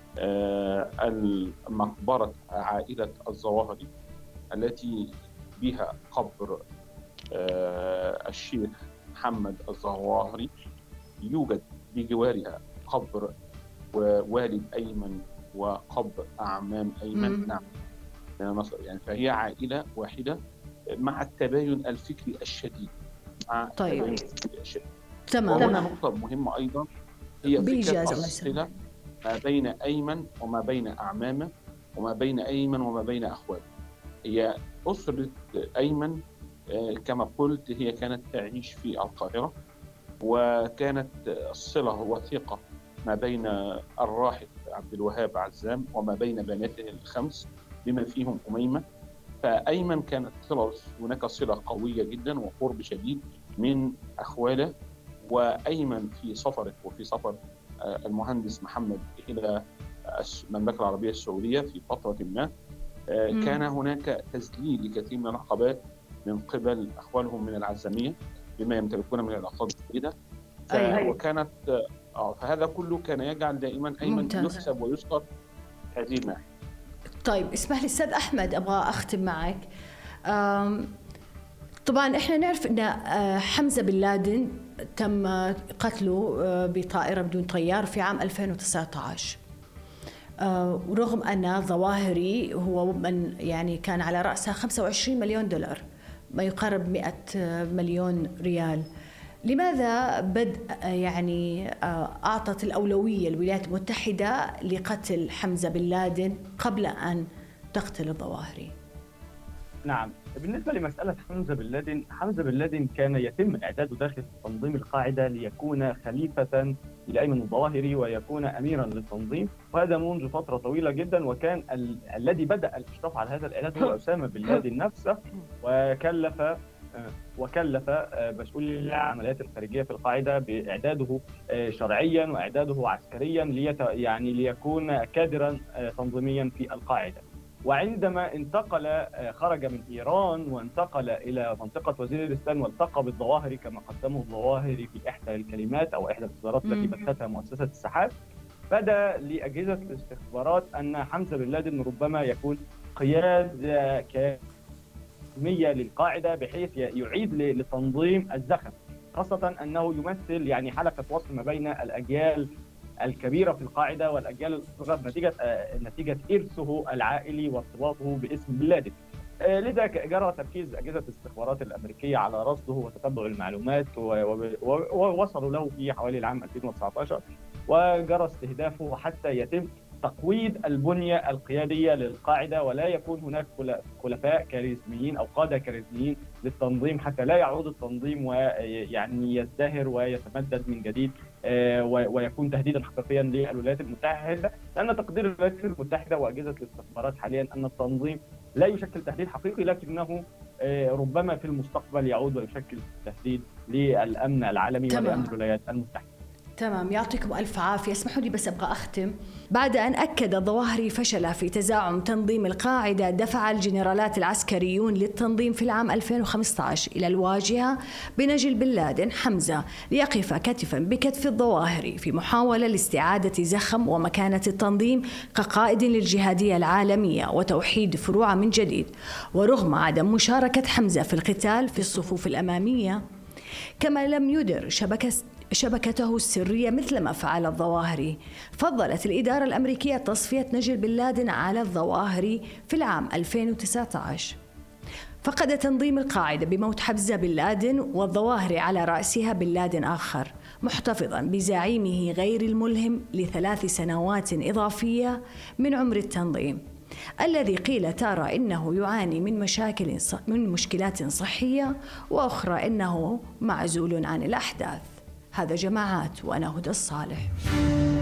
S4: مقبرة عائلة الظواهري التي بها قبر الشيخ محمد الظواهري يوجد بجوارها قبر والد أيمن وقبر أعمام أيمن. نعم يعني فهي عائلة واحدة مع التباين الفكري الشديد.
S8: طيب تمام.
S4: وهنا نقطة مهمة أيضا هي فكرة الصلة ما بين أيمن وما بين أعمامه وما بين أيمن وما بين أخواته. هي أسرة أيمن كما قلت هي كانت تعيش في القاهرة، وكانت الصلة وثيقة ما بين الراحل عبد الوهاب عزام وما بين بناته الخمس بما فيهم أميمة. فأيمن كانت هناك صلة قوية جدا وقرب شديد من أخواله. وأيمن في سفره وفي سفر المهندس محمد إلى المملكة العربية السعودية في فترة ما كان هناك تذليل لكثير من العقبات من قبل أخوالهم من العزامية بما يمتلكون من العلاقات جيدة. وكانت فهذا كله كان يجعل دائما أيمن يحسب ويذكر هذه الناحية.
S8: طيب اسمح لي أستاذ أحمد، أبغى أختم معك. طبعا إحنا نعرف أن حمزة بن لادن تم قتله بطائرة بدون طيار في عام 2019، ورغم أن ظواهري هو من يعني كان على رأسها 25 مليون دولار ما يقارب 100 مليون ريال. لماذا يعني أعطت الأولوية الولايات المتحدة لقتل حمزة بن لادن قبل أن تقتل الظواهري؟
S5: نعم، بالنسبة لمسألة حمزة بن لادن كان يتم إعداده داخل تنظيم القاعدة ليكون خليفة لأيمن الظواهري ويكون أميرا للتنظيم، وهذا منذ فترة طويلة جدا. وكان الذي بدأ الإشراف على هذا الإعداد هو أسامة بن لادن نفسه، وكلف مسؤولي العمليات الخارجية في القاعدة بإعداده شرعيا وإعداده عسكريا ليكون كادرا تنظيميا في القاعدة. وعندما خرج من إيران وانتقل إلى منطقة وزيرستان والتقى بالظواهري كما قدمه الظواهري في إحدى الكلمات أو إحدى الإصدارات التي بثتها مؤسسة السحاب، بدا لأجهزة الاستخبارات أن حمزة بن لادن ربما يكون قيادة كامية للقاعدة بحيث يعيد لتنظيم الزخم، خاصة أنه يمثل حلقة وصل ما بين الأجيال الكبيرة في القاعدة والأجيال الصغيرة نتيجة إرثه العائلي وارتباطه باسم بن لادن. لذا جرى تركيز أجهزة الاستخبارات الأمريكية على رصده وتتبع المعلومات، ووصلوا له في حوالي العام 2019 وجرى استهدافه حتى يتم تقويض البنية القيادية للقاعدة، ولا يكون هناك خلفاء كاريزميين أو قادة كاريزميين للتنظيم حتى لا يعود التنظيم يزدهر ويتمدد من جديد ويكون تهديدا حقيقيا للولايات المتحدة. لأن تقدير الولايات المتحدة وأجهزة الاستخبارات حاليا أن التنظيم لا يشكل تهديد حقيقي، لكنه ربما في المستقبل يعود ويشكل تهديد للأمن العالمي ولأمن الولايات المتحدة.
S8: تمام، يعطيكم ألف عافية. اسمحوا لي بس أبغى أختم. بعد أن أكد الظواهري فشله في تزاعم تنظيم القاعدة، دفع الجنرالات العسكريون للتنظيم في العام 2015 إلى الواجهة بنجل بن لادن حمزة ليقف كتفا بكتف الظواهري في محاولة لاستعادة زخم ومكانة التنظيم كقائد للجهادية العالمية وتوحيد فروعه من جديد. ورغم عدم مشاركة حمزة في القتال في الصفوف الأمامية، كما لم يدر شبكته السرية مثل ما فعل الظواهري، فضلت الإدارة الأمريكية تصفية نجل بن لادن على الظواهري في العام 2019. فقد تنظيم القاعدة بموت حمزة بن لادن والظواهري على رأسها بن لادن آخر، محتفظا بزعيمه غير الملهم ل3 سنوات إضافية من عمر التنظيم، الذي قيل ترى إنه يعاني من مشكلات صحية، وأخرى إنه معزول عن الأحداث. هذا جماعات، وأنا هدى الصالح.